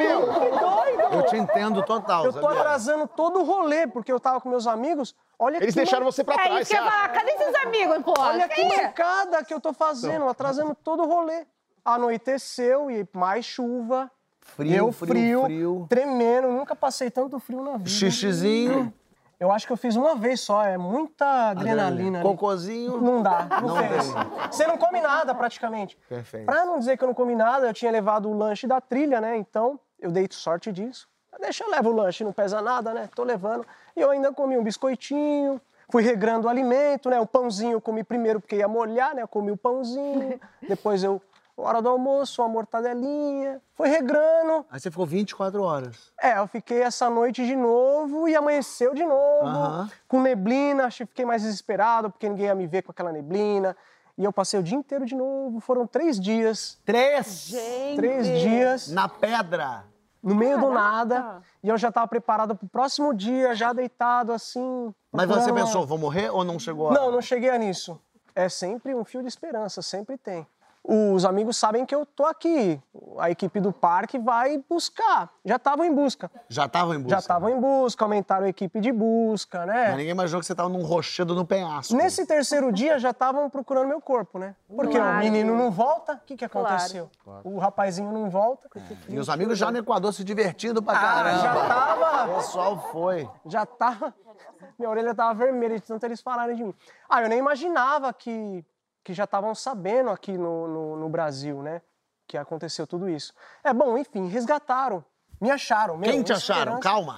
Speaker 2: Eu te entendo total,
Speaker 8: Eu tô
Speaker 2: sabia?
Speaker 8: atrasando todo o rolê, porque eu tava com meus amigos. Olha
Speaker 6: Eles
Speaker 8: que
Speaker 6: deixaram você pra trás,
Speaker 7: isso que
Speaker 6: você
Speaker 7: eu ia falar,
Speaker 6: acha?
Speaker 7: cadê esses amigos, pô?
Speaker 8: Olha que mancada que eu tô fazendo, atrasando todo o rolê. Anoiteceu e mais chuva. Deu frio, tremendo. Nunca passei tanto frio na vida.
Speaker 2: Xixizinho,
Speaker 8: Eu acho que eu fiz uma vez só, é muita adrenalina ali.
Speaker 2: cocôzinho.
Speaker 8: Não dá, não
Speaker 2: Não
Speaker 8: fez.
Speaker 2: tem.
Speaker 8: Você não come nada, praticamente.
Speaker 2: Perfeito.
Speaker 8: Pra não dizer que eu não comi nada, eu tinha levado o lanche da trilha, né? Então, eu dei sorte disso. Deixa eu levar o lanche, não pesa nada, né? Tô levando. E eu ainda comi um biscoitinho, fui regrando o alimento, né? O pãozinho eu comi primeiro porque ia molhar, né? Eu comi o pãozinho, depois hora do almoço, uma mortadelinha, foi regrando.
Speaker 2: Aí você ficou 24 horas.
Speaker 8: Eu fiquei essa noite de novo e amanheceu de novo,
Speaker 2: Aham.
Speaker 8: com neblina, acho que fiquei mais desesperado, porque ninguém ia me ver com aquela neblina. E eu passei o dia inteiro de novo, foram 3 dias.
Speaker 2: 3
Speaker 8: 3 dias,
Speaker 2: na pedra.
Speaker 8: no meio do nada, e eu já estava preparado pro próximo dia, já deitado assim.
Speaker 2: Mas você
Speaker 8: procurando
Speaker 2: pensou, vou morrer ou não chegou a...
Speaker 8: Não cheguei a nisso. É sempre um fio de esperança, sempre tem. Os amigos sabem que eu tô aqui. A equipe do parque vai buscar. Já estavam em busca.
Speaker 2: Já estavam em busca?
Speaker 8: Já estavam em busca, aumentaram a equipe de busca, né?
Speaker 2: Mas ninguém imaginou que você tava num rochedo no penhasco.
Speaker 8: Nesse terceiro dia já estavam procurando meu corpo, né? Porque o menino não volta, o que aconteceu? O rapazinho não volta.
Speaker 2: E os amigos já no Equador se divertindo pra caramba.
Speaker 8: Já tava...
Speaker 2: O pessoal foi.
Speaker 8: Já tava... Minha orelha tava vermelha de tanto eles falarem de mim. Eu nem imaginava que já estavam sabendo aqui no Brasil, né? Que aconteceu tudo isso. Bom, enfim, resgataram. Me acharam.
Speaker 2: Quem te acharam? Calma.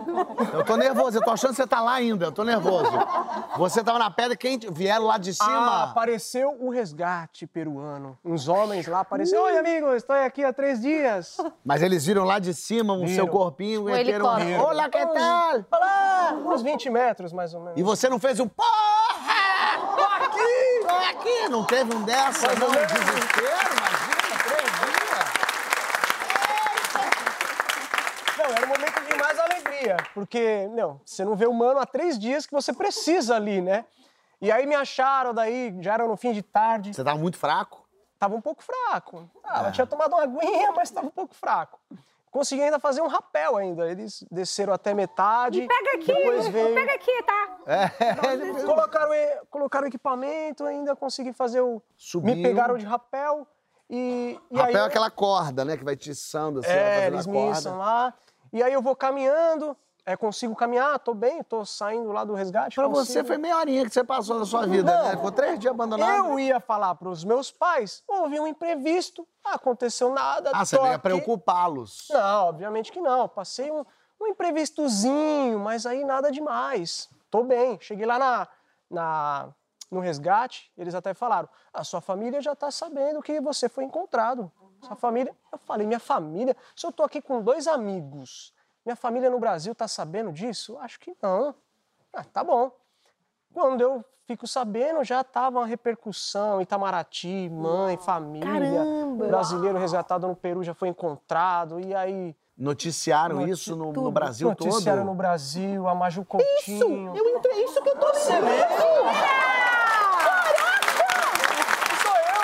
Speaker 2: Eu tô nervoso, eu tô achando que você tá lá ainda, eu tô nervoso. Você tava na pedra, vieram lá de cima?
Speaker 8: Apareceu o resgate peruano. Uns homens lá apareceram. Oi, amigos, estou aqui há 3 dias.
Speaker 2: Mas eles viram lá de cima o seu corpinho e meteram... Olá, que tal?
Speaker 8: Olá! Uns 20 metros, mais ou menos.
Speaker 2: E você não fez um porra! Tô aqui! Tô aqui! Não teve um dessa, não? Desespero, imagina, 3 dias.
Speaker 8: Não, era um momento de mais alegria, porque, você não vê o humano há 3 dias que você precisa ali, né? E aí me acharam, daí já era no fim de tarde.
Speaker 2: Você tava muito fraco?
Speaker 8: Tava um pouco fraco. Eu tinha tomado uma aguinha, mas tava um pouco fraco. Consegui ainda fazer um rapel ainda. Eles desceram até metade.
Speaker 7: Pega aqui,
Speaker 8: depois veio...
Speaker 7: pega aqui, tá?
Speaker 8: Colocaram o equipamento, ainda consegui fazer o...
Speaker 2: Subiu.
Speaker 8: Me pegaram de rapel e
Speaker 2: Rapel
Speaker 8: aí...
Speaker 2: é aquela corda, né? Que vai te içando, assim,
Speaker 8: eles
Speaker 2: fazendo a
Speaker 8: me
Speaker 2: corda.
Speaker 8: içam lá. E aí eu vou caminhando, consigo caminhar, tô bem, tô saindo lá do resgate.
Speaker 2: Pra
Speaker 8: consigo.
Speaker 2: você foi meia horinha que você passou na sua vida, né? Ficou 3 dias abandonado.
Speaker 8: Eu ia falar pros meus pais, houve um imprevisto, não aconteceu nada.
Speaker 2: Você
Speaker 8: tô
Speaker 2: não ia
Speaker 8: aqui.
Speaker 2: preocupá-los.
Speaker 8: Não, obviamente que não. Passei um imprevistozinho, mas aí nada demais. Tô bem. Cheguei lá no resgate, eles até falaram, a sua família já tá sabendo que você foi encontrado. Sua família... Eu falei, minha família? Se eu tô aqui com 2 amigos, minha família no Brasil tá sabendo disso? Acho que não. Tá bom. Quando eu fico sabendo, já tava uma repercussão, Itamaraty, mãe, família,
Speaker 3: Caramba.
Speaker 8: brasileiro resgatado no Peru já foi encontrado, e aí...
Speaker 2: Noticiaram isso no Brasil todo?
Speaker 8: Noticiaram no Brasil, a Maju Coutinho...
Speaker 5: Isso que eu tô
Speaker 8: Você
Speaker 5: vendo.
Speaker 8: lembra? Sou eu,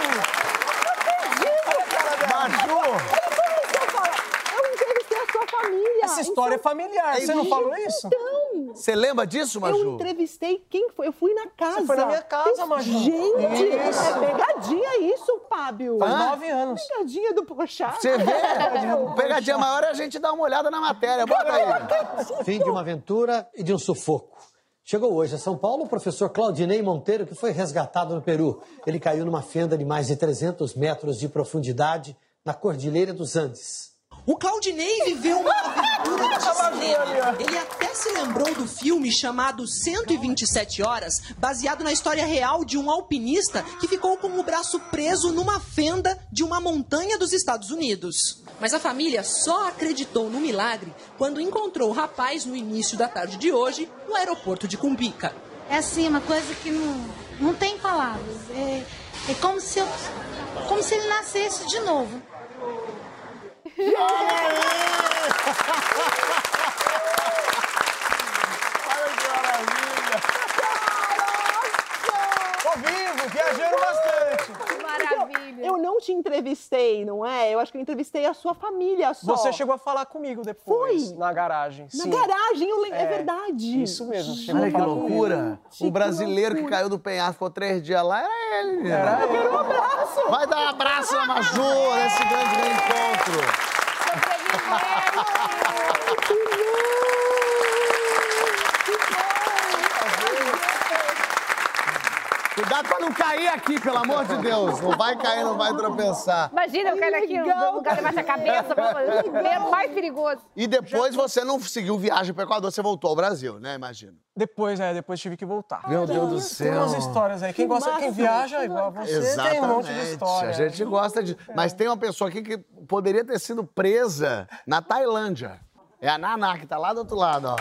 Speaker 8: Maju!
Speaker 5: Eu entrevistei a sua família.
Speaker 8: Essa história é familiar, você não falou isso?
Speaker 2: Você lembra disso, Maju?
Speaker 5: Eu entrevistei quem foi? Eu fui na casa.
Speaker 8: Você foi na minha casa, Maju.
Speaker 5: Gente,
Speaker 8: Isso.
Speaker 5: é pegadinha isso, Fábio.
Speaker 8: Faz 9 anos.
Speaker 5: Pegadinha do Pochá.
Speaker 2: Você vê? O pegadinha maior é a gente dar uma olhada na matéria. Bota aí.
Speaker 9: Fim de uma aventura e de um sufoco. Chegou hoje a São Paulo o professor Claudinei Monteiro, que foi resgatado no Peru. Ele caiu numa fenda de mais de 300 metros de profundidade na Cordilheira dos Andes.
Speaker 10: O Claudinei viveu uma aventura de cinema. Ele até se lembrou do filme chamado 127 Horas, baseado na história real de um alpinista que ficou com o braço preso numa fenda de uma montanha dos Estados Unidos. Mas a família só acreditou no milagre quando encontrou o rapaz no início da tarde de hoje no aeroporto de Cumbica.
Speaker 11: É assim, uma coisa que não tem palavras. É como se ele nascesse de novo.
Speaker 2: Olha que maravilha!
Speaker 8: Tô vivo, viajando bastante.
Speaker 7: Maravilha.
Speaker 5: Eu não te entrevistei, não é? Eu acho que eu entrevistei a sua família só.
Speaker 8: Você chegou a falar comigo depois.
Speaker 5: Foi?
Speaker 8: Na garagem.
Speaker 5: Na
Speaker 8: sim.
Speaker 5: garagem, eu lembro. É verdade.
Speaker 8: Isso mesmo. Você chegou
Speaker 2: Olha
Speaker 8: a
Speaker 2: que
Speaker 8: falar comigo.
Speaker 2: loucura! O brasileiro que caiu do penhasco, ficou 3 dias lá, era ele, menina.
Speaker 8: Era eu.
Speaker 5: Quero um abraço.
Speaker 2: Vai dar um abraço na Maju nesse grande reencontro. Cuidado pra não cair aqui, pelo amor de Deus. Não vai cair, não vai tropeçar.
Speaker 7: Imagina, eu caio aqui, não lugar debaixo da cabeça, é mais perigoso.
Speaker 2: E depois você não seguiu viagem pro Equador, você voltou ao Brasil, né? Imagino.
Speaker 8: Depois tive que voltar.
Speaker 2: Meu Deus do
Speaker 8: Tem
Speaker 2: céu.
Speaker 8: umas histórias aí. Quem gosta, quem viaja igual a você, tem um monte de história.
Speaker 2: A gente gosta de... Mas tem uma pessoa aqui que poderia ter sido presa na Tailândia. É a Naná, que tá lá do outro lado, ó.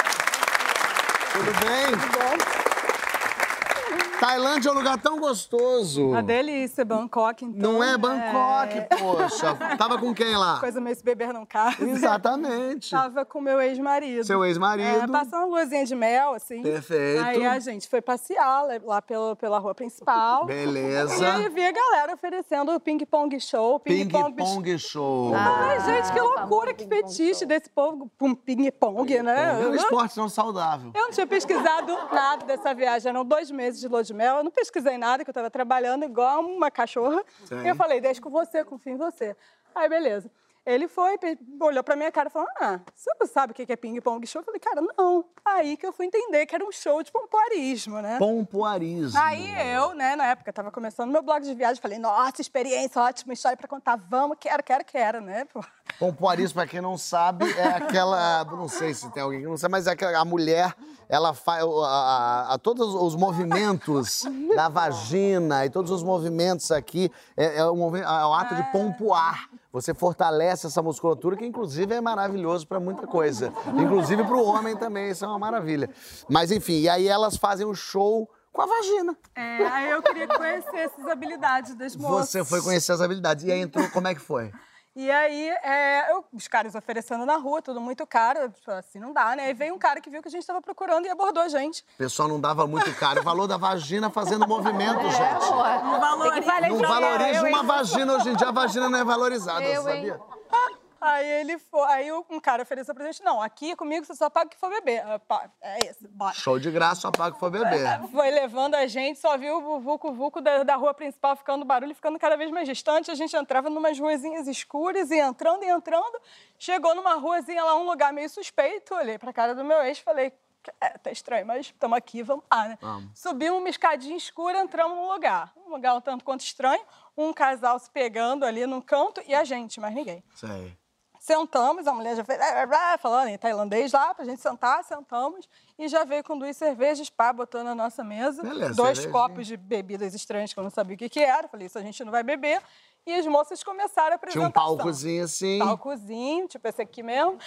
Speaker 2: Tudo bem? Tudo bom. Tailândia é um lugar tão gostoso.
Speaker 12: Uma delícia, Bangkok, então.
Speaker 2: Não é Bangkok, poxa. Tava com quem lá?
Speaker 12: Coisa meio se beber não casa.
Speaker 2: Exatamente.
Speaker 12: Tava com meu ex-marido.
Speaker 2: Seu ex-marido.
Speaker 12: Passando uma luzinha de mel, assim.
Speaker 2: Perfeito.
Speaker 12: Aí a gente foi passear lá pela rua principal.
Speaker 2: Beleza.
Speaker 12: E aí vi a galera oferecendo o ping-pong show.
Speaker 2: Ping-pong show.
Speaker 12: Ai, gente, que loucura, que fetiche desse povo com ping-pong, né?
Speaker 2: É um esporte não saudável.
Speaker 12: Eu não tinha pesquisado nada dessa viagem. Eram 2 meses de lua de mel. Eu não pesquisei nada, que eu tava trabalhando igual uma cachorra.
Speaker 2: Sim.
Speaker 12: E eu falei, deixa com você, confio em você. Aí, beleza. Ele foi, olhou pra minha cara e falou, você não sabe o que é ping-pong show? Eu falei, cara, não. Aí que eu fui entender que era um show de pompoarismo, né?
Speaker 2: Pompoarismo.
Speaker 12: Aí eu, né, na época, tava começando meu blog de viagem, falei, nossa, experiência, ótima história pra contar, vamos, quero, né? Pô.
Speaker 2: Pompoarismo, pra quem não sabe, é aquela... Não sei se tem alguém que não sabe, mas é aquela, a mulher, ela faz... todos os movimentos da vagina e todos os movimentos aqui, é o ato de pompoar. Você fortalece essa musculatura, que inclusive é maravilhoso pra muita coisa. Inclusive pro homem também, isso é uma maravilha. Mas enfim, e aí elas fazem um show com a vagina.
Speaker 12: Aí eu queria conhecer essas habilidades das moças.
Speaker 2: Você foi conhecer as habilidades. E aí entrou, como é que foi?
Speaker 12: E aí, os caras oferecendo na rua, tudo muito caro, assim não dá, né? E veio um cara que viu que a gente estava procurando e abordou a gente.
Speaker 2: O pessoal não dava muito caro. O valor da vagina fazendo movimento, gente.
Speaker 12: Não
Speaker 2: valoriza uma vagina. Hoje em dia a vagina não é valorizada, sabia?
Speaker 12: Aí um cara ofereceu pra gente, não, aqui comigo você só paga o que for beber. É isso, bora.
Speaker 2: Show de graça, só paga o que for beber.
Speaker 12: Foi levando a gente, só viu o vulco da rua principal ficando barulho, ficando cada vez mais distante. A gente entrava numas ruazinhas escuras e entrando. Chegou numa ruazinha lá, um lugar meio suspeito. Olhei pra cara do meu ex e falei, tá estranho, mas estamos aqui, vamos lá, né? Subimos uma escadinha escura, entramos num lugar. Um lugar um tanto quanto estranho. Um casal se pegando ali num canto e a gente, mais ninguém.
Speaker 2: Sei.
Speaker 12: Sentamos, a mulher já fez, falando em tailandês lá, pra gente sentar, sentamos, e já veio com 2 cervejas, botou na nossa mesa.
Speaker 2: Beleza,
Speaker 12: 2
Speaker 2: cerveja.
Speaker 12: copos de bebidas estranhas, que eu não sabia o que era. Falei, isso a gente não vai beber. E as moças começaram a apresentação.
Speaker 2: Tinha um palcozinho assim.
Speaker 12: Palcozinho, tipo esse aqui mesmo.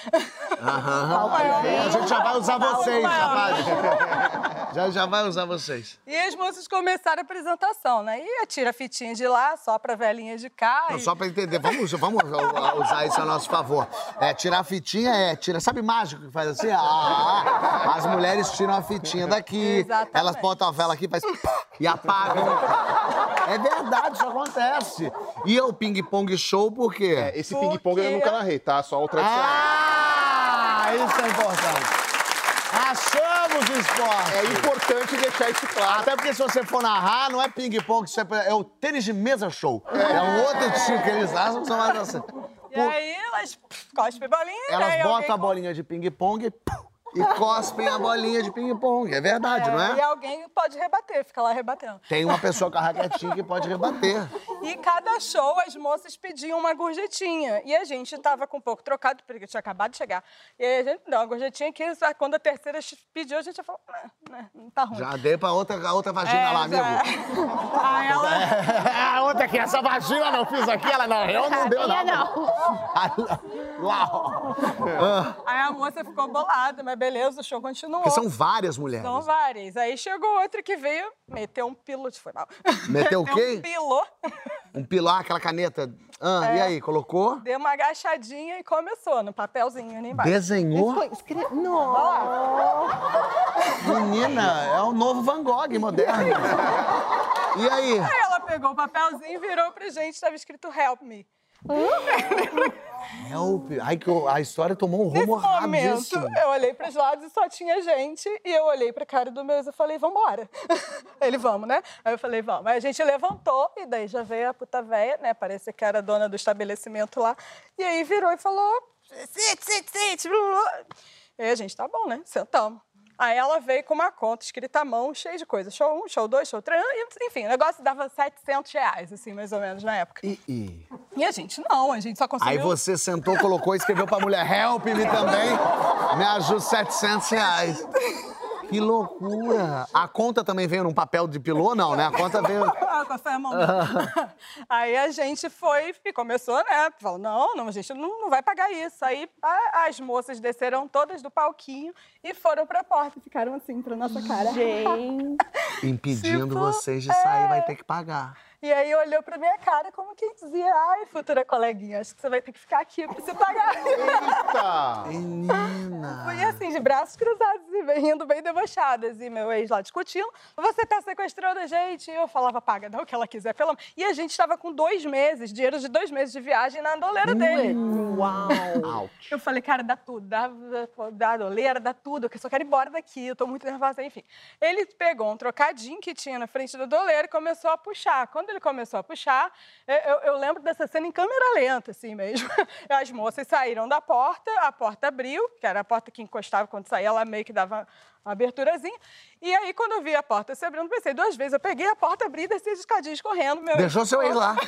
Speaker 2: A gente já vai usar vocês, rapaz. Já vai usar vocês.
Speaker 12: E as moças começaram a apresentação, né? E tira a fitinha de lá, só pra velhinha de cá.
Speaker 2: Não, só pra entender, vamos usar isso a nosso favor. Tirar a fitinha sabe mágico que faz assim? As mulheres tiram a fitinha daqui,
Speaker 12: exatamente.
Speaker 2: Elas botam a vela aqui, faz e apagam. É verdade, isso acontece. E o ping-pong show, por quê?
Speaker 6: Esse ping-pong eu nunca narrei, tá? Só o tradicional.
Speaker 2: Isso é importante. Achamos o esporte.
Speaker 6: É importante deixar isso claro.
Speaker 2: Até porque se você for narrar, não é ping-pong, é o tênis de mesa show. É um outro tipo que eles acham que são mais assim.
Speaker 12: E aí elas cospem a bolinha.
Speaker 2: Elas botam a bolinha de ping-pong e cospem a bolinha de ping-pong. É verdade, não é?
Speaker 12: E alguém pode rebater, fica lá rebatendo.
Speaker 2: Tem uma pessoa com a raquetinha que pode rebater.
Speaker 12: E cada show, as moças pediam uma gorjetinha. E a gente tava com um pouco trocado, porque tinha acabado de chegar. E aí a gente deu uma gorjetinha que, quando a terceira pediu, a gente já falou, não tá ruim.
Speaker 2: Já dei pra outra vagina lá, amigo.
Speaker 12: Aí ela...
Speaker 2: A outra aqui, essa vagina não fiz aqui, ela não, eu não deu não.
Speaker 12: Aí a moça ficou bolada, mas beleza, o show continuou.
Speaker 2: Porque são várias mulheres.
Speaker 12: São várias. Aí chegou outra que veio, meteu um pilô, foi mal.
Speaker 2: Meteu o quê?
Speaker 12: Um pilô.
Speaker 2: Um pilô, aquela caneta. E aí, colocou?
Speaker 12: Deu uma agachadinha e começou no papelzinho ali embaixo.
Speaker 2: Desenhou?
Speaker 5: Nossa!
Speaker 2: Menina, é o novo Van Gogh moderno. E aí?
Speaker 12: Aí ela pegou o papelzinho e virou pra gente, estava escrito Help Me.
Speaker 2: Help. Ai, que a história tomou um rumo
Speaker 12: Nesse
Speaker 2: rapidíssimo.
Speaker 12: momento, eu olhei pros lados e só tinha gente. E eu olhei pra cara do meu e falei, vambora. Ele, vamos, né? Aí eu falei, vamos. Aí a gente levantou e daí já veio a puta véia, né? Parecia que era dona do estabelecimento lá. E aí virou e falou, sit. E aí a gente, tá bom, né? Sentamos. Aí ela veio com uma conta escrita à mão, cheia de coisa. Show 1, show 2, show 3, enfim, o negócio dava R$700, assim, mais ou menos, na época. E a gente não, a gente só conseguiu...
Speaker 2: Aí você sentou, colocou e escreveu pra mulher, help me também, me ajuda R$700. Que loucura! A conta também veio num papel de pilô, não, né? A conta veio...
Speaker 12: Café, Aí a gente foi e começou, né? Falou, não, a gente não vai pagar isso. Aí as moças desceram todas do palquinho e foram pra porta e ficaram assim pra nossa cara.
Speaker 5: Gente!
Speaker 2: Impedindo vocês de sair, vai ter que pagar.
Speaker 12: E aí olhou pra minha cara como quem dizia, ai, futura coleguinha, acho que você vai ter que ficar aqui pra se pagar.
Speaker 2: Eita! Menina!
Speaker 12: Fui assim, de braços cruzados e rindo bem debochadas. E meu ex lá discutindo, você tá sequestrando a gente? E eu falava, paga, dá o que ela quiser, pelo amor. E a gente tava com 2 meses, dinheiro de 2 meses de viagem na doleira dele.
Speaker 5: Uau!
Speaker 12: Eu falei, cara, dá tudo, dá doleira, dá tudo, eu só quero ir embora daqui, eu tô muito nervosa, enfim. Ele pegou um trocadinho que tinha na frente da doleira e começou a puxar. Quando ele começou a puxar, eu lembro dessa cena em câmera lenta, assim mesmo. As moças saíram da porta, a porta abriu, que era a porta que encostava quando saía, ela meio que dava uma aberturazinha. E aí, quando eu vi a porta se abrindo, pensei 2 vezes. Eu peguei a porta, abri e desci as escadinhas correndo.
Speaker 2: Deixou seu ex lá.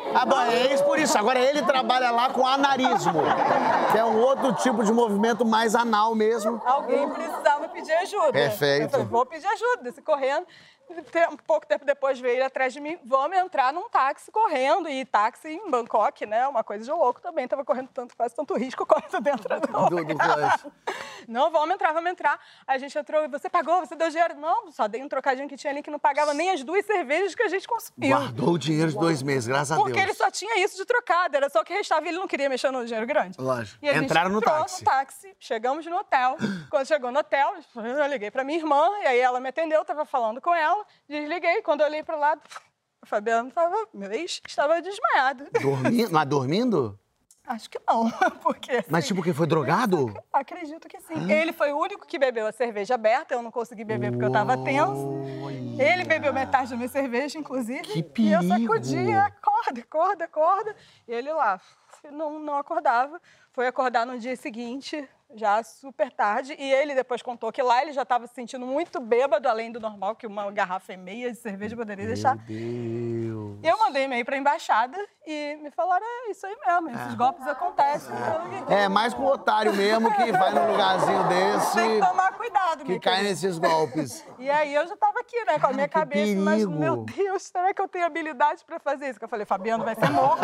Speaker 2: É ex por isso. Agora ele trabalha lá com anarismo, que é um outro tipo de movimento mais anal mesmo.
Speaker 12: Alguém precisava pedir ajuda.
Speaker 2: Perfeito.
Speaker 12: Eu falei, vou pedir ajuda, desci correndo. Um pouco tempo depois veio ele atrás de mim, vamos entrar num táxi correndo. E táxi em Bangkok, né? Uma coisa de louco também. Tava correndo quase tanto risco correndo dentro do carro. Não, vamos entrar. Aí a gente entrou, você pagou, você deu dinheiro? Não, só dei um trocadinho que tinha ali que não pagava nem as 2 cervejas que a gente consumiu.
Speaker 2: Guardou o dinheiro de 2 meses, graças a Deus.
Speaker 12: Porque ele só tinha isso de trocado, era só o que restava e ele não queria mexer no dinheiro grande.
Speaker 2: Lógico.
Speaker 12: E a gente
Speaker 2: entraram no
Speaker 12: táxi, chegamos no hotel. Quando chegou no hotel, eu liguei pra minha irmã, e aí ela me atendeu, tava falando com ela, desliguei. Quando eu olhei pro lado, o Fabiano meu ex, estava desmaiado.
Speaker 2: Dormindo? Mas dormindo?
Speaker 12: Acho que não, porque... Assim,
Speaker 2: mas tipo que foi drogado?
Speaker 12: Acredito que sim. Ele foi o único que bebeu a cerveja aberta, eu não consegui beber porque eu tava tenso. Ele bebeu metade da minha cerveja, inclusive.
Speaker 2: Que perigo!
Speaker 12: E eu sacudia, acorda. E ele lá, não acordava. Foi acordar no dia seguinte, já super tarde, e ele depois contou que lá ele já estava se sentindo muito bêbado, além do normal, que 1,5 garrafa de cerveja poderia deixar.
Speaker 2: Meu Deus!
Speaker 12: Eu mandei e-mail pra embaixada e me falaram, isso aí mesmo, esses golpes acontecem.
Speaker 2: É mais pro otário mesmo que vai num lugarzinho desse...
Speaker 12: Tem que tomar cuidado,
Speaker 2: que cai nesses golpes.
Speaker 12: E aí eu já tava aqui, né, com a minha cabeça, mas, meu Deus, será que eu tenho habilidade pra fazer isso? Que eu falei, Fabiano vai ser morto,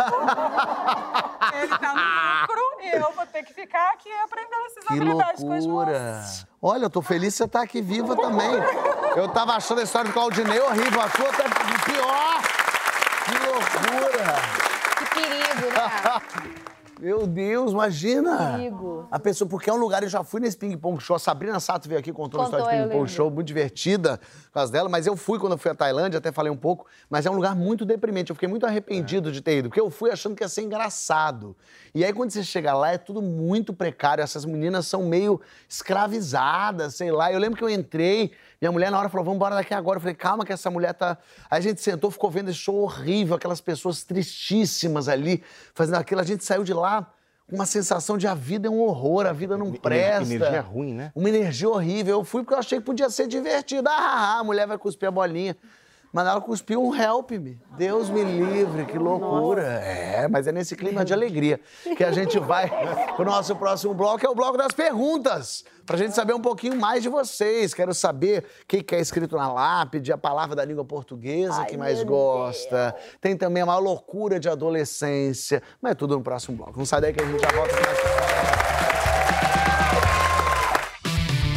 Speaker 12: ele tá no lucro e eu vou ter que ficar aqui aprendendo essas habilidades com as moças.
Speaker 2: Olha, eu tô feliz que você tá aqui viva também. Eu tava achando a história do Claudinei horrível, a sua tá pior. Que loucura.
Speaker 3: Que perigo, né?
Speaker 2: Meu Deus, imagina!
Speaker 3: Perigo.
Speaker 2: A pessoa, porque é um lugar, eu já fui nesse ping-pong show, a Sabrina Sato veio aqui, contou uma história de ping-pong show, muito divertida por causa dela, mas eu fui quando eu fui à Tailândia, até falei um pouco, mas é um lugar muito deprimente, eu fiquei muito arrependido de ter ido, porque eu fui achando que ia ser engraçado. E aí quando você chega lá, é tudo muito precário, essas meninas são meio escravizadas, sei lá. Eu lembro que eu entrei, minha mulher na hora falou, vamos embora daqui agora. Eu falei, calma que essa mulher tá... Aí a gente sentou, ficou vendo esse show horrível, aquelas pessoas tristíssimas ali, fazendo aquilo. A gente saiu de lá com uma sensação de a vida é um horror, a vida não presta.
Speaker 6: Energia ruim, né?
Speaker 2: Uma energia horrível. Eu fui porque eu achei que podia ser divertido. A mulher vai cuspir a bolinha. Mas ela cuspiu um help me. Deus me livre, que loucura. É, mas é nesse clima de alegria que a gente vai pro nosso próximo bloco, que é o bloco das perguntas. Pra gente saber um pouquinho mais de vocês. Quero saber o que é escrito na lápide, a palavra da língua portuguesa que mais gosta. Tem também a maior loucura de adolescência. Mas é tudo no próximo bloco. Não sai daí que a gente já volta com mais.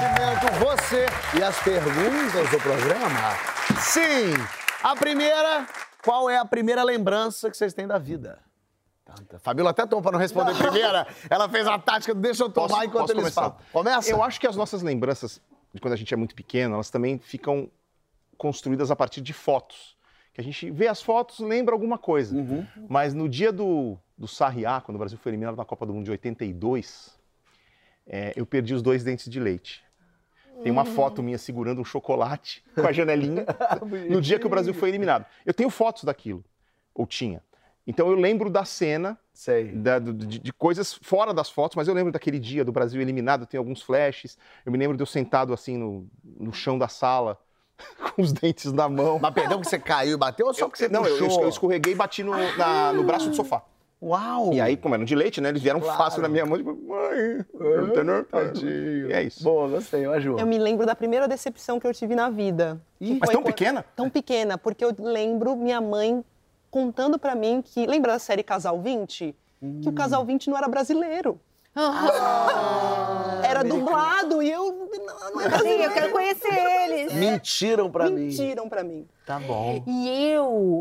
Speaker 2: oferecimento você e as perguntas do programa. Sim, a primeira, qual é a primeira lembrança que vocês têm da vida? Fabíola até tomou para não responder primeira. Ela fez a tática, deixa eu tomar enquanto eles falam. Começa?
Speaker 6: Eu acho que as nossas lembranças de quando a gente é muito pequeno, elas também ficam construídas a partir de fotos. Que a gente vê as fotos, lembra alguma coisa. Mas no dia do Sarriá, quando o Brasil foi eliminado na Copa do Mundo de 82, eu perdi os 2 dentes de leite. Tem uma foto minha segurando um chocolate com a janelinha no dia que o Brasil foi eliminado. Eu tenho fotos daquilo, ou tinha. Então eu lembro da cena, de coisas fora das fotos, mas eu lembro daquele dia do Brasil eliminado, tem alguns flashes. Eu me lembro de eu sentado assim no chão da sala, com os dentes na mão.
Speaker 2: Mas perdão que você caiu e bateu ou só porque você puxou?
Speaker 6: Não, eu escorreguei e bati no braço do sofá.
Speaker 2: Uau!
Speaker 6: E aí, como eram de leite, né? Eles vieram fácil na minha mão, tipo, mãe,
Speaker 2: tadinho.
Speaker 6: E é isso.
Speaker 2: Boa, gostei, eu ajudo.
Speaker 5: Eu me lembro da primeira decepção que eu tive na vida.
Speaker 6: Mas tão pequena?
Speaker 5: Tão pequena, porque eu lembro minha mãe contando pra mim que... Lembra da série Casal 20? Que o Casal 20 não era brasileiro. Era dublado e eu não é brasileiro.
Speaker 3: Sim, eu quero conhecer eles.
Speaker 2: Mentiram pra mim.
Speaker 5: Mentiram pra mim.
Speaker 2: Tá bom.
Speaker 3: E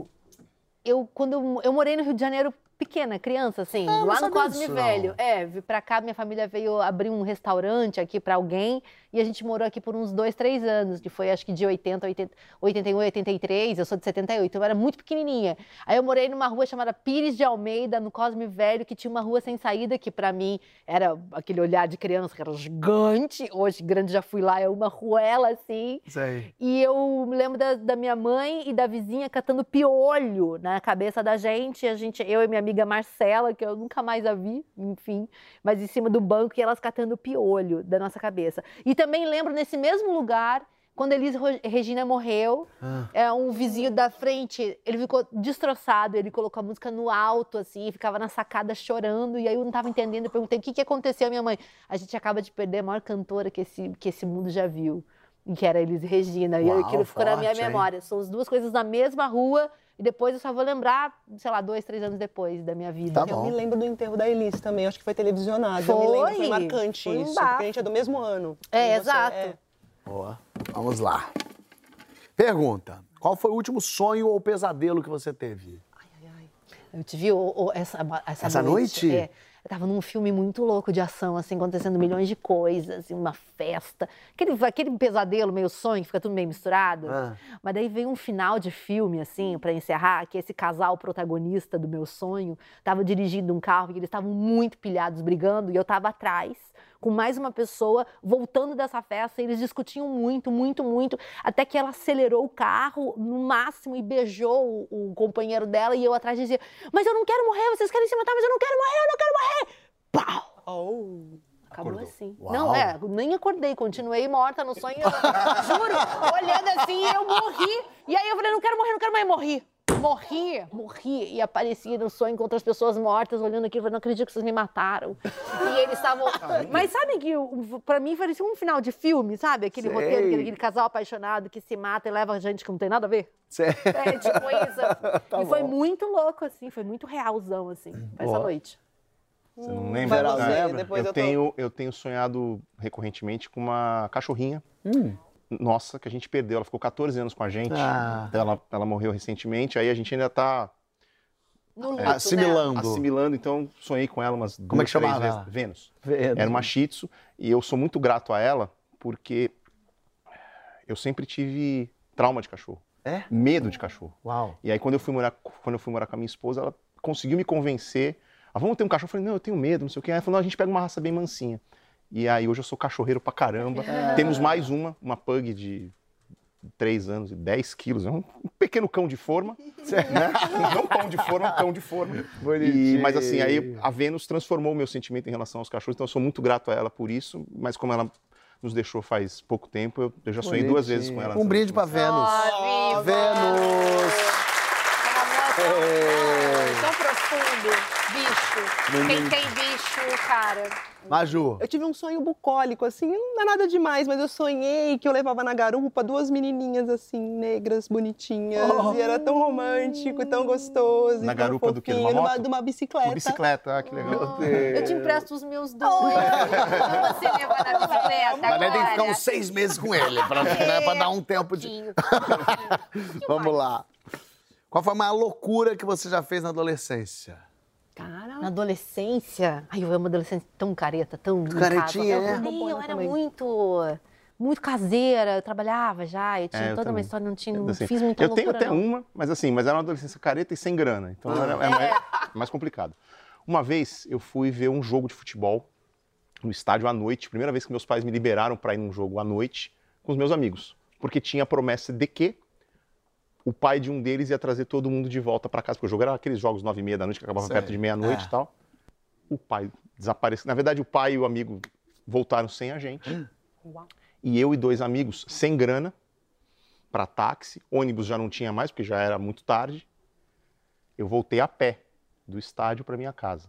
Speaker 3: quando eu morei no Rio de Janeiro pequena, criança, assim, lá no Cosme Velho. Vi pra cá, minha família veio abrir um restaurante aqui pra alguém e a gente morou aqui por uns 2, 3 anos, que foi acho que de 81, 83, eu sou de 78, então eu era muito pequenininha. Aí eu morei numa rua chamada Pires de Almeida, no Cosme Velho, que tinha uma rua sem saída, que pra mim era aquele olhar de criança, que era gigante, hoje grande já fui lá, é uma ruela assim.
Speaker 2: Sei.
Speaker 3: E eu me lembro da minha mãe e da vizinha catando piolho na cabeça da gente, eu e minha amiga Marcela, que eu nunca mais a vi, enfim, mas em cima do banco e elas catando piolho da nossa cabeça. E também lembro nesse mesmo lugar, quando Elis Regina morreu, um vizinho da frente, ele ficou destroçado, ele colocou a música no alto, assim, ficava na sacada chorando, e aí eu não estava entendendo, eu perguntei, o que aconteceu, minha mãe? A gente acaba de perder a maior cantora que esse mundo já viu, que era Elis Regina, e aquilo ficou na minha memória. São as duas coisas na mesma rua, e depois eu só vou lembrar, sei lá, 2, 3 anos depois da minha vida.
Speaker 5: Tá bom. Eu me lembro do enterro da Elis também, acho que foi televisionado.
Speaker 3: Foi.
Speaker 5: Eu me lembro, foi marcante
Speaker 3: Foi
Speaker 5: isso, porque a gente é do mesmo ano.
Speaker 3: Exato.
Speaker 2: Boa. Vamos lá. Pergunta, qual foi o último sonho ou pesadelo que você teve?
Speaker 3: Eu tive essa
Speaker 2: noite?
Speaker 3: Eu tava num filme muito louco de ação, assim, acontecendo milhões de coisas, uma festa. Aquele pesadelo, meio sonho, que fica tudo meio misturado. Mas daí veio um final de filme, assim, pra encerrar, que esse casal protagonista do meu sonho tava dirigindo um carro e eles estavam muito pilhados, brigando, e eu tava atrás, com mais uma pessoa, voltando dessa festa, e eles discutiam muito, muito, muito, até que ela acelerou o carro no máximo e beijou o companheiro dela, e eu atrás dizia, mas eu não quero morrer, vocês querem se matar, mas eu não quero morrer, eu não quero morrer! Pau! Acabou
Speaker 2: Acordou.
Speaker 3: assim.
Speaker 2: Uau.
Speaker 3: Não, nem acordei, continuei morta no sonho, juro, olhando assim, eu morri, e aí eu falei, não quero mais, morri, e apareci no sonho com outras pessoas mortas, olhando aquilo, falei, não acredito que vocês me mataram. E eles estavam... Mas sabe que, pra mim, parecia um final de filme, sabe? Aquele roteiro, aquele casal apaixonado que se mata e leva gente que não tem nada a ver. Tipo isso. E foi muito louco, assim, foi muito realzão, assim, essa noite.
Speaker 6: Você não lembra? Eu tenho sonhado recorrentemente com uma cachorrinha. Nossa, que a gente perdeu. Ela ficou 14 anos com a gente. Ela morreu recentemente. Aí a gente ainda tá
Speaker 3: luto,
Speaker 6: assimilando. Então sonhei com ela umas 2, 3 vezes. Vênus. Era uma Shih Tzu. E eu sou muito grato a ela porque eu sempre tive trauma de cachorro. Medo de cachorro.
Speaker 2: Uau.
Speaker 6: E aí quando eu fui morar com a minha esposa, ela conseguiu me convencer. Vamos ter um cachorro? Eu falei, não, eu tenho medo, não sei o quê. Aí ela falou, não, a gente pega uma raça bem mansinha. E aí hoje eu sou cachorreiro pra caramba. Temos mais uma pug de 3 anos e 10 quilos. É um pequeno cão de forma. Né? Não pão de forma, cão de forma. Mas assim, aí a Vênus transformou o meu sentimento em relação aos cachorros. Então eu sou muito grato a ela por isso. Mas como ela nos deixou faz pouco tempo, eu já sonhei 2 vezes com ela.
Speaker 2: Um brinde pra Vênus.
Speaker 3: Viva!
Speaker 2: Vênus!
Speaker 3: Tão profundo. Bicho. Quem tem bicho, cara...
Speaker 2: Maju.
Speaker 5: Eu tive um sonho bucólico, assim, não é nada demais, mas eu sonhei que eu levava na garupa 2 menininhas, assim, negras, bonitinhas, e era tão romântico, tão gostoso.
Speaker 6: Na garupa do quê? De uma moto?
Speaker 5: De uma bicicleta.
Speaker 6: Uma bicicleta, que legal.
Speaker 3: Eu te empresto os meus dois. Pra você levar na bicicleta
Speaker 2: Mas
Speaker 3: agora.
Speaker 2: tem que ficar uns 6 meses com ele, pra dar um tempo de... Vamos lá. Qual foi a maior loucura que você já fez na adolescência?
Speaker 3: Cara. Na adolescência... Ai, eu amo adolescente tão careta, tão...
Speaker 2: Caretinha,
Speaker 3: é? Eu era muito caseira, eu trabalhava já, eu tinha toda uma história, não
Speaker 6: assim,
Speaker 3: fiz muita loucura,
Speaker 6: Eu tenho até uma, mas era uma adolescência careta e sem grana, então é mais complicado. Uma vez eu fui ver um jogo de futebol no estádio à noite, primeira vez que meus pais me liberaram para ir num jogo à noite com os meus amigos, porque tinha a promessa de que o pai de um deles ia trazer todo mundo de volta para casa, porque o jogo era aqueles jogos 9h30 da noite, que acabavam perto de meia-noite e tal. O pai desapareceu. Na verdade, o pai e o amigo voltaram sem a gente. E eu e 2 amigos, sem grana, para táxi. Ônibus já não tinha mais, porque já era muito tarde. Eu voltei a pé do estádio para minha casa.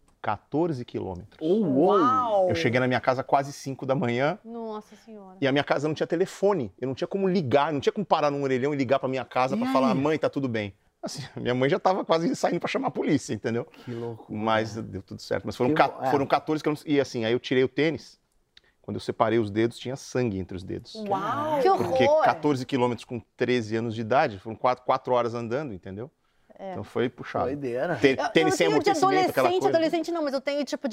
Speaker 6: 14 quilômetros.
Speaker 5: Uau!
Speaker 6: Eu cheguei na minha casa quase 5 da manhã.
Speaker 3: Nossa Senhora.
Speaker 6: E a minha casa não tinha telefone. Eu não tinha como ligar, não tinha como parar num orelhão e ligar pra minha casa pra falar, mãe, tá tudo bem. Assim, minha mãe já tava quase saindo pra chamar a polícia, entendeu?
Speaker 2: Que louco.
Speaker 6: Mas deu tudo certo. Mas foram 14 quilômetros. E assim, aí eu tirei o tênis. Quando eu separei os dedos, tinha sangue entre os dedos.
Speaker 3: Uau! Que horror!
Speaker 6: Porque 14 quilômetros com 13 anos de idade, foram 4 horas andando, entendeu? Então foi puxado.
Speaker 2: Doideira.
Speaker 6: Tênis sem amortecimento, aquela coisa.
Speaker 3: Adolescente não, mas eu tenho tipo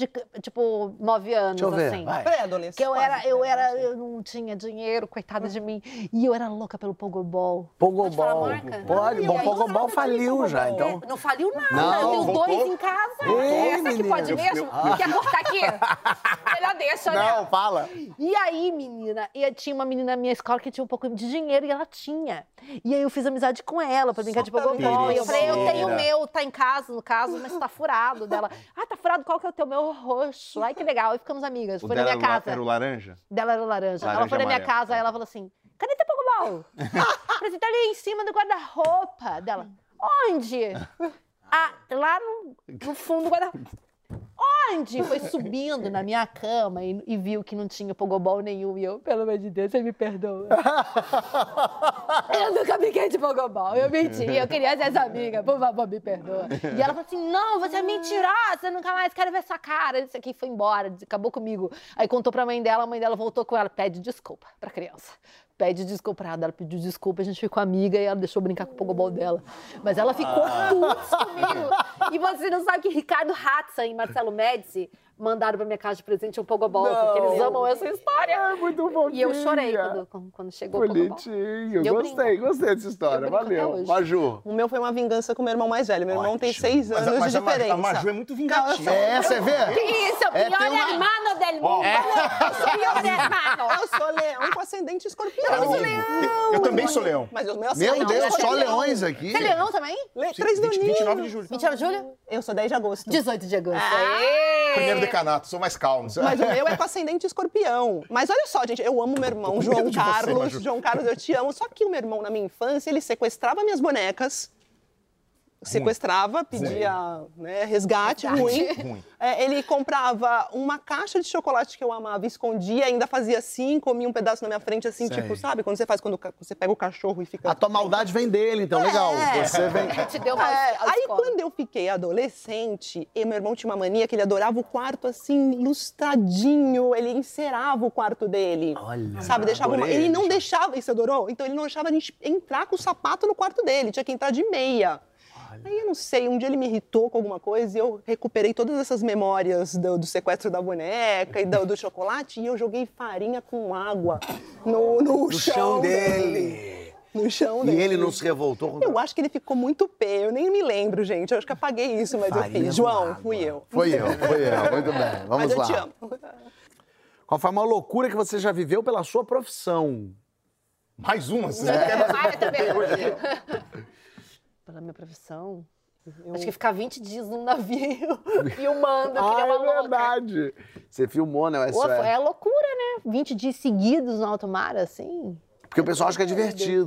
Speaker 3: 9 anos,
Speaker 2: Deixa eu ver,
Speaker 3: assim.
Speaker 2: vai.
Speaker 5: Pré-adolescente.
Speaker 3: Que eu não tinha dinheiro, coitada de mim. E eu era louca pelo Pogobol.
Speaker 2: Pogobol. Pode, bom, Pogobol faliu já, então.
Speaker 3: Não faliu nada,
Speaker 2: Não,
Speaker 3: eu tenho
Speaker 6: voltou.
Speaker 3: 2 em casa. Essa aqui pode mesmo? Quer cortar aqui? Melhor deixa, né?
Speaker 2: Não, fala.
Speaker 3: E aí, menina, tinha uma menina na minha escola que tinha um pouco de dinheiro e ela tinha. E aí eu fiz amizade com ela pra brincar de Pogobol. E eu falei, eu tenho o meu, tá em casa, no caso, mas tá furado dela. Ah, tá furado, qual que é o teu? Meu roxo. Ai, que legal. E ficamos amigas. Foi na minha casa.
Speaker 6: Era o laranja?
Speaker 3: Dela era o laranja. Ela foi na minha casa, aí ela falou assim, cadê teu Pogobol? Falei assim, tá ali em cima do guarda-roupa. Dela, onde? Ah, lá no fundo do guarda-roupa. Onde? Foi subindo na minha cama e viu que não tinha Pogobol nenhum. E eu, pelo amor de Deus, você me perdoa. Eu nunca brinquei de Pogobol. Eu menti. Eu queria ser essa amiga. Por favor, me perdoa. E ela falou assim, não, você é mentirosa. Eu nunca mais quero ver sua cara. Isso aqui foi embora. Acabou comigo. Aí contou pra mãe dela. A mãe dela voltou com ela. Pede desculpa pra criança. Pede desculpa pra ela. Ela pediu desculpa. A gente ficou amiga e ela deixou brincar com o Pogobol dela. Mas ela ficou puta comigo. E você não sabe que Ricardo Hatza e Marcelo Médici mandaram pra minha casa de presente um Pogobol, porque eles amam essa história.
Speaker 2: É muito fofinha.
Speaker 3: E eu chorei quando chegou o Pogobol.
Speaker 2: Bonitinho. Gostei dessa história. Valeu. Maju.
Speaker 5: O meu foi uma vingança com o meu irmão mais velho. Meu irmão tem 6 anos de diferença.
Speaker 6: A Maju é muito vingativa.
Speaker 2: Você vê?
Speaker 3: Que isso? O pior hermano del mundo. Pior hermano.
Speaker 5: Eu sou leão com ascendente escorpião.
Speaker 6: Eu também sou leão.
Speaker 5: Mas o meu
Speaker 2: Meu Deus,
Speaker 5: é
Speaker 2: só
Speaker 5: leão.
Speaker 2: leões aqui.
Speaker 3: Você é leão também?
Speaker 5: 3 do
Speaker 6: 29 de julho.
Speaker 3: 29 de julho?
Speaker 5: Eu sou 10 de agosto.
Speaker 3: 18 de agosto.
Speaker 6: Primeiro decanato, sou mais calmo.
Speaker 5: Mas o meu é com ascendente escorpião. Mas olha só, gente, eu amo meu irmão, João Carlos. João Carlos, eu te amo. Só que o meu irmão, na minha infância, ele sequestrava minhas bonecas. Sequestrava, pedia resgate, ruim. Ele comprava uma caixa de chocolate que eu amava, escondia, ainda fazia assim, comia um pedaço na minha frente, assim, tipo, sabe? Quando você faz, quando você pega o cachorro e fica...
Speaker 2: A tua maldade vem dele, então, legal. Você vem...
Speaker 3: Te deu uma
Speaker 5: Aí, quando eu fiquei adolescente, meu irmão tinha uma mania que ele adorava o quarto, assim, lustradinho, ele encerava o quarto dele.
Speaker 2: Olha,
Speaker 5: sabe? Deixava ele não deixava... Isso adorou? Então, ele não deixava a gente entrar com o sapato no quarto dele, tinha que entrar de meia. Aí eu não sei, um dia ele me irritou com alguma coisa e eu recuperei todas essas memórias do sequestro da boneca e do chocolate e eu joguei farinha com água no chão dele. No chão dele.
Speaker 2: E ele não se revoltou contra...
Speaker 5: Eu acho que ele ficou muito pé, eu nem me lembro, gente. Eu acho que apaguei isso, mas
Speaker 2: Farinha
Speaker 5: eu fiz. João, fui eu.
Speaker 2: Foi eu. Muito bem, vamos
Speaker 5: mas
Speaker 2: lá.
Speaker 5: eu te amo.
Speaker 2: Qual foi a maior loucura que você já viveu pela sua profissão?
Speaker 6: Mais uma? Você quer mais
Speaker 3: eu também. Pela minha profissão, acho que ficar 20 dias num navio filmando.
Speaker 2: É verdade. Você filmou, né?
Speaker 3: Pô, é loucura, né? 20 dias seguidos no alto mar, assim.
Speaker 2: Porque o pessoal acha que é divertido.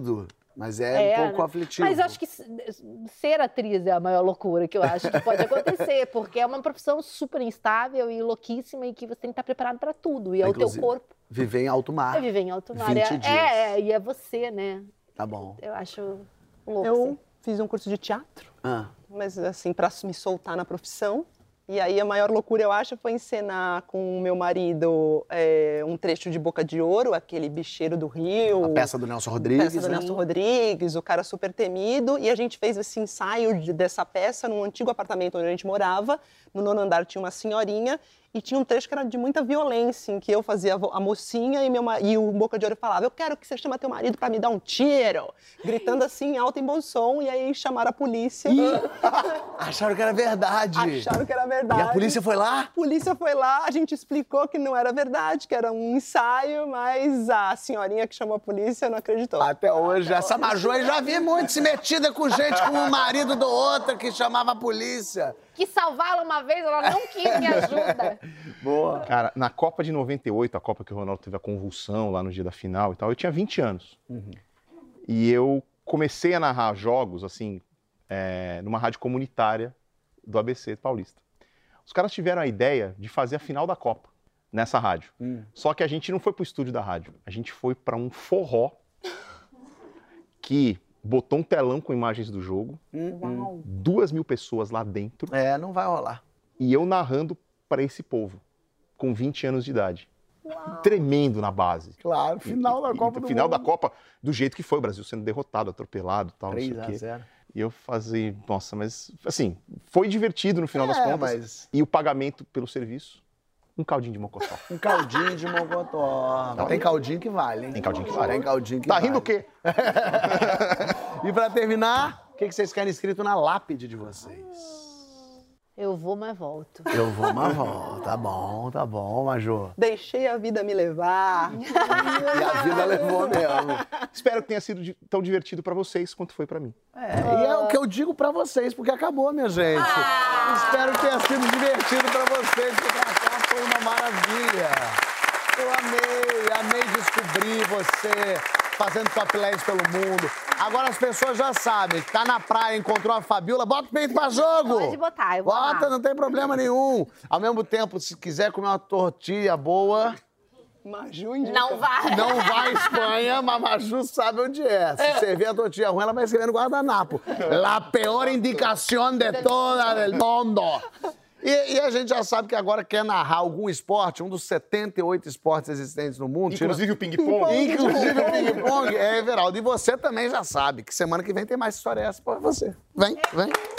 Speaker 2: Mas é um pouco aflitivo.
Speaker 3: Mas eu acho que ser atriz é a maior loucura que eu acho que pode acontecer, porque é uma profissão super instável e louquíssima e que você tem que estar preparado para tudo. E é o teu corpo.
Speaker 2: Viver em alto mar.
Speaker 3: É viver em alto mar.
Speaker 2: 20 dias.
Speaker 3: E é você, né?
Speaker 2: Tá bom.
Speaker 3: Eu acho louco.
Speaker 5: Eu fiz um curso de teatro, mas assim, para me soltar na profissão. E aí a maior loucura, eu acho, foi encenar com o meu marido um trecho de Boca de Ouro, aquele bicheiro do Rio.
Speaker 2: A peça do Nelson Rodrigues.
Speaker 5: Peça do Nelson Rodrigues, o cara super temido. E a gente fez esse ensaio dessa peça num antigo apartamento onde a gente morava. No 9º andar tinha uma senhorinha e tinha um trecho que era de muita violência, em que eu fazia a mocinha e o Boca de Ouro falava: eu quero que você chame teu marido para me dar um tiro. Gritando assim, alto e bom som, e aí chamaram a polícia.
Speaker 2: Acharam que era verdade.
Speaker 5: Acharam que era verdade.
Speaker 2: E a polícia foi lá?
Speaker 5: A polícia foi lá, a gente explicou que não era verdade, que era um ensaio, mas a senhorinha que chamou a polícia não acreditou.
Speaker 2: Até hoje. Essa Maju aí já vi muito se metida com gente como o marido do outro que chamava a polícia.
Speaker 3: Quis salvá-la uma vez, ela não quis me ajuda.
Speaker 2: Boa.
Speaker 6: Cara, na Copa de 98, a Copa que o Ronaldo teve a convulsão lá no dia da final e tal, eu tinha 20 anos. E eu comecei a narrar jogos, assim, numa rádio comunitária do ABC Paulista. Os caras tiveram a ideia de fazer a final da Copa nessa rádio. Só que a gente não foi pro estúdio da rádio, a gente foi para um forró que botou um telão com imagens do jogo, 2.000 pessoas lá dentro.
Speaker 2: Não vai rolar.
Speaker 6: E eu narrando para esse povo, com 20 anos de idade. Tremendo na base.
Speaker 2: Claro, final da Copa do
Speaker 6: Final
Speaker 2: Mundo.
Speaker 6: da Copa, do jeito que foi, o Brasil sendo derrotado, atropelado, tal, não sei o quê.
Speaker 2: 3-0.
Speaker 6: E eu fazia, nossa, mas assim, foi divertido no final das contas.
Speaker 2: Mas...
Speaker 6: E o pagamento pelo serviço, um caldinho de mocotó.
Speaker 2: Um caldinho de mocotó. Tem caldinho que vale, hein?
Speaker 6: Tem caldinho que vale.
Speaker 2: Tem caldinho que
Speaker 6: Tá
Speaker 2: vale.
Speaker 6: rindo o quê?
Speaker 2: E pra terminar, o que vocês querem escrito na lápide de vocês?
Speaker 3: Eu vou, mas volto.
Speaker 2: Eu vou, mas volto. Tá bom, Major.
Speaker 5: Deixei a vida me levar.
Speaker 2: E a vida levou mesmo.
Speaker 6: Espero que tenha sido tão divertido pra vocês quanto foi pra mim.
Speaker 2: E é o que eu digo pra vocês, porque acabou, minha gente. Espero que tenha sido divertido pra vocês, porque pra cá foi uma maravilha. Eu amei descobrir você fazendo topless pelo mundo. Agora as pessoas já sabem, tá na praia, encontrou a Fabiola, bota o peito pra jogo.
Speaker 3: Pode botar, eu vou
Speaker 2: Bota,
Speaker 3: amar.
Speaker 2: não tem problema nenhum. Ao mesmo tempo, se quiser comer uma tortilha boa...
Speaker 5: Maju indica.
Speaker 3: Não vai.
Speaker 2: Não vai à Espanha, mas Maju sabe onde é. Se servir a tortilha ruim, ela vai escrever no guardanapo. La peor indicação de toda el mundo. E a gente já sabe que agora quer narrar algum esporte, um dos 78 esportes existentes no mundo.
Speaker 6: Inclusive o ping-pong.
Speaker 2: Inclusive o ping-pong. Everaldo. E você também já sabe que semana que vem tem mais história essa pra você. Vem.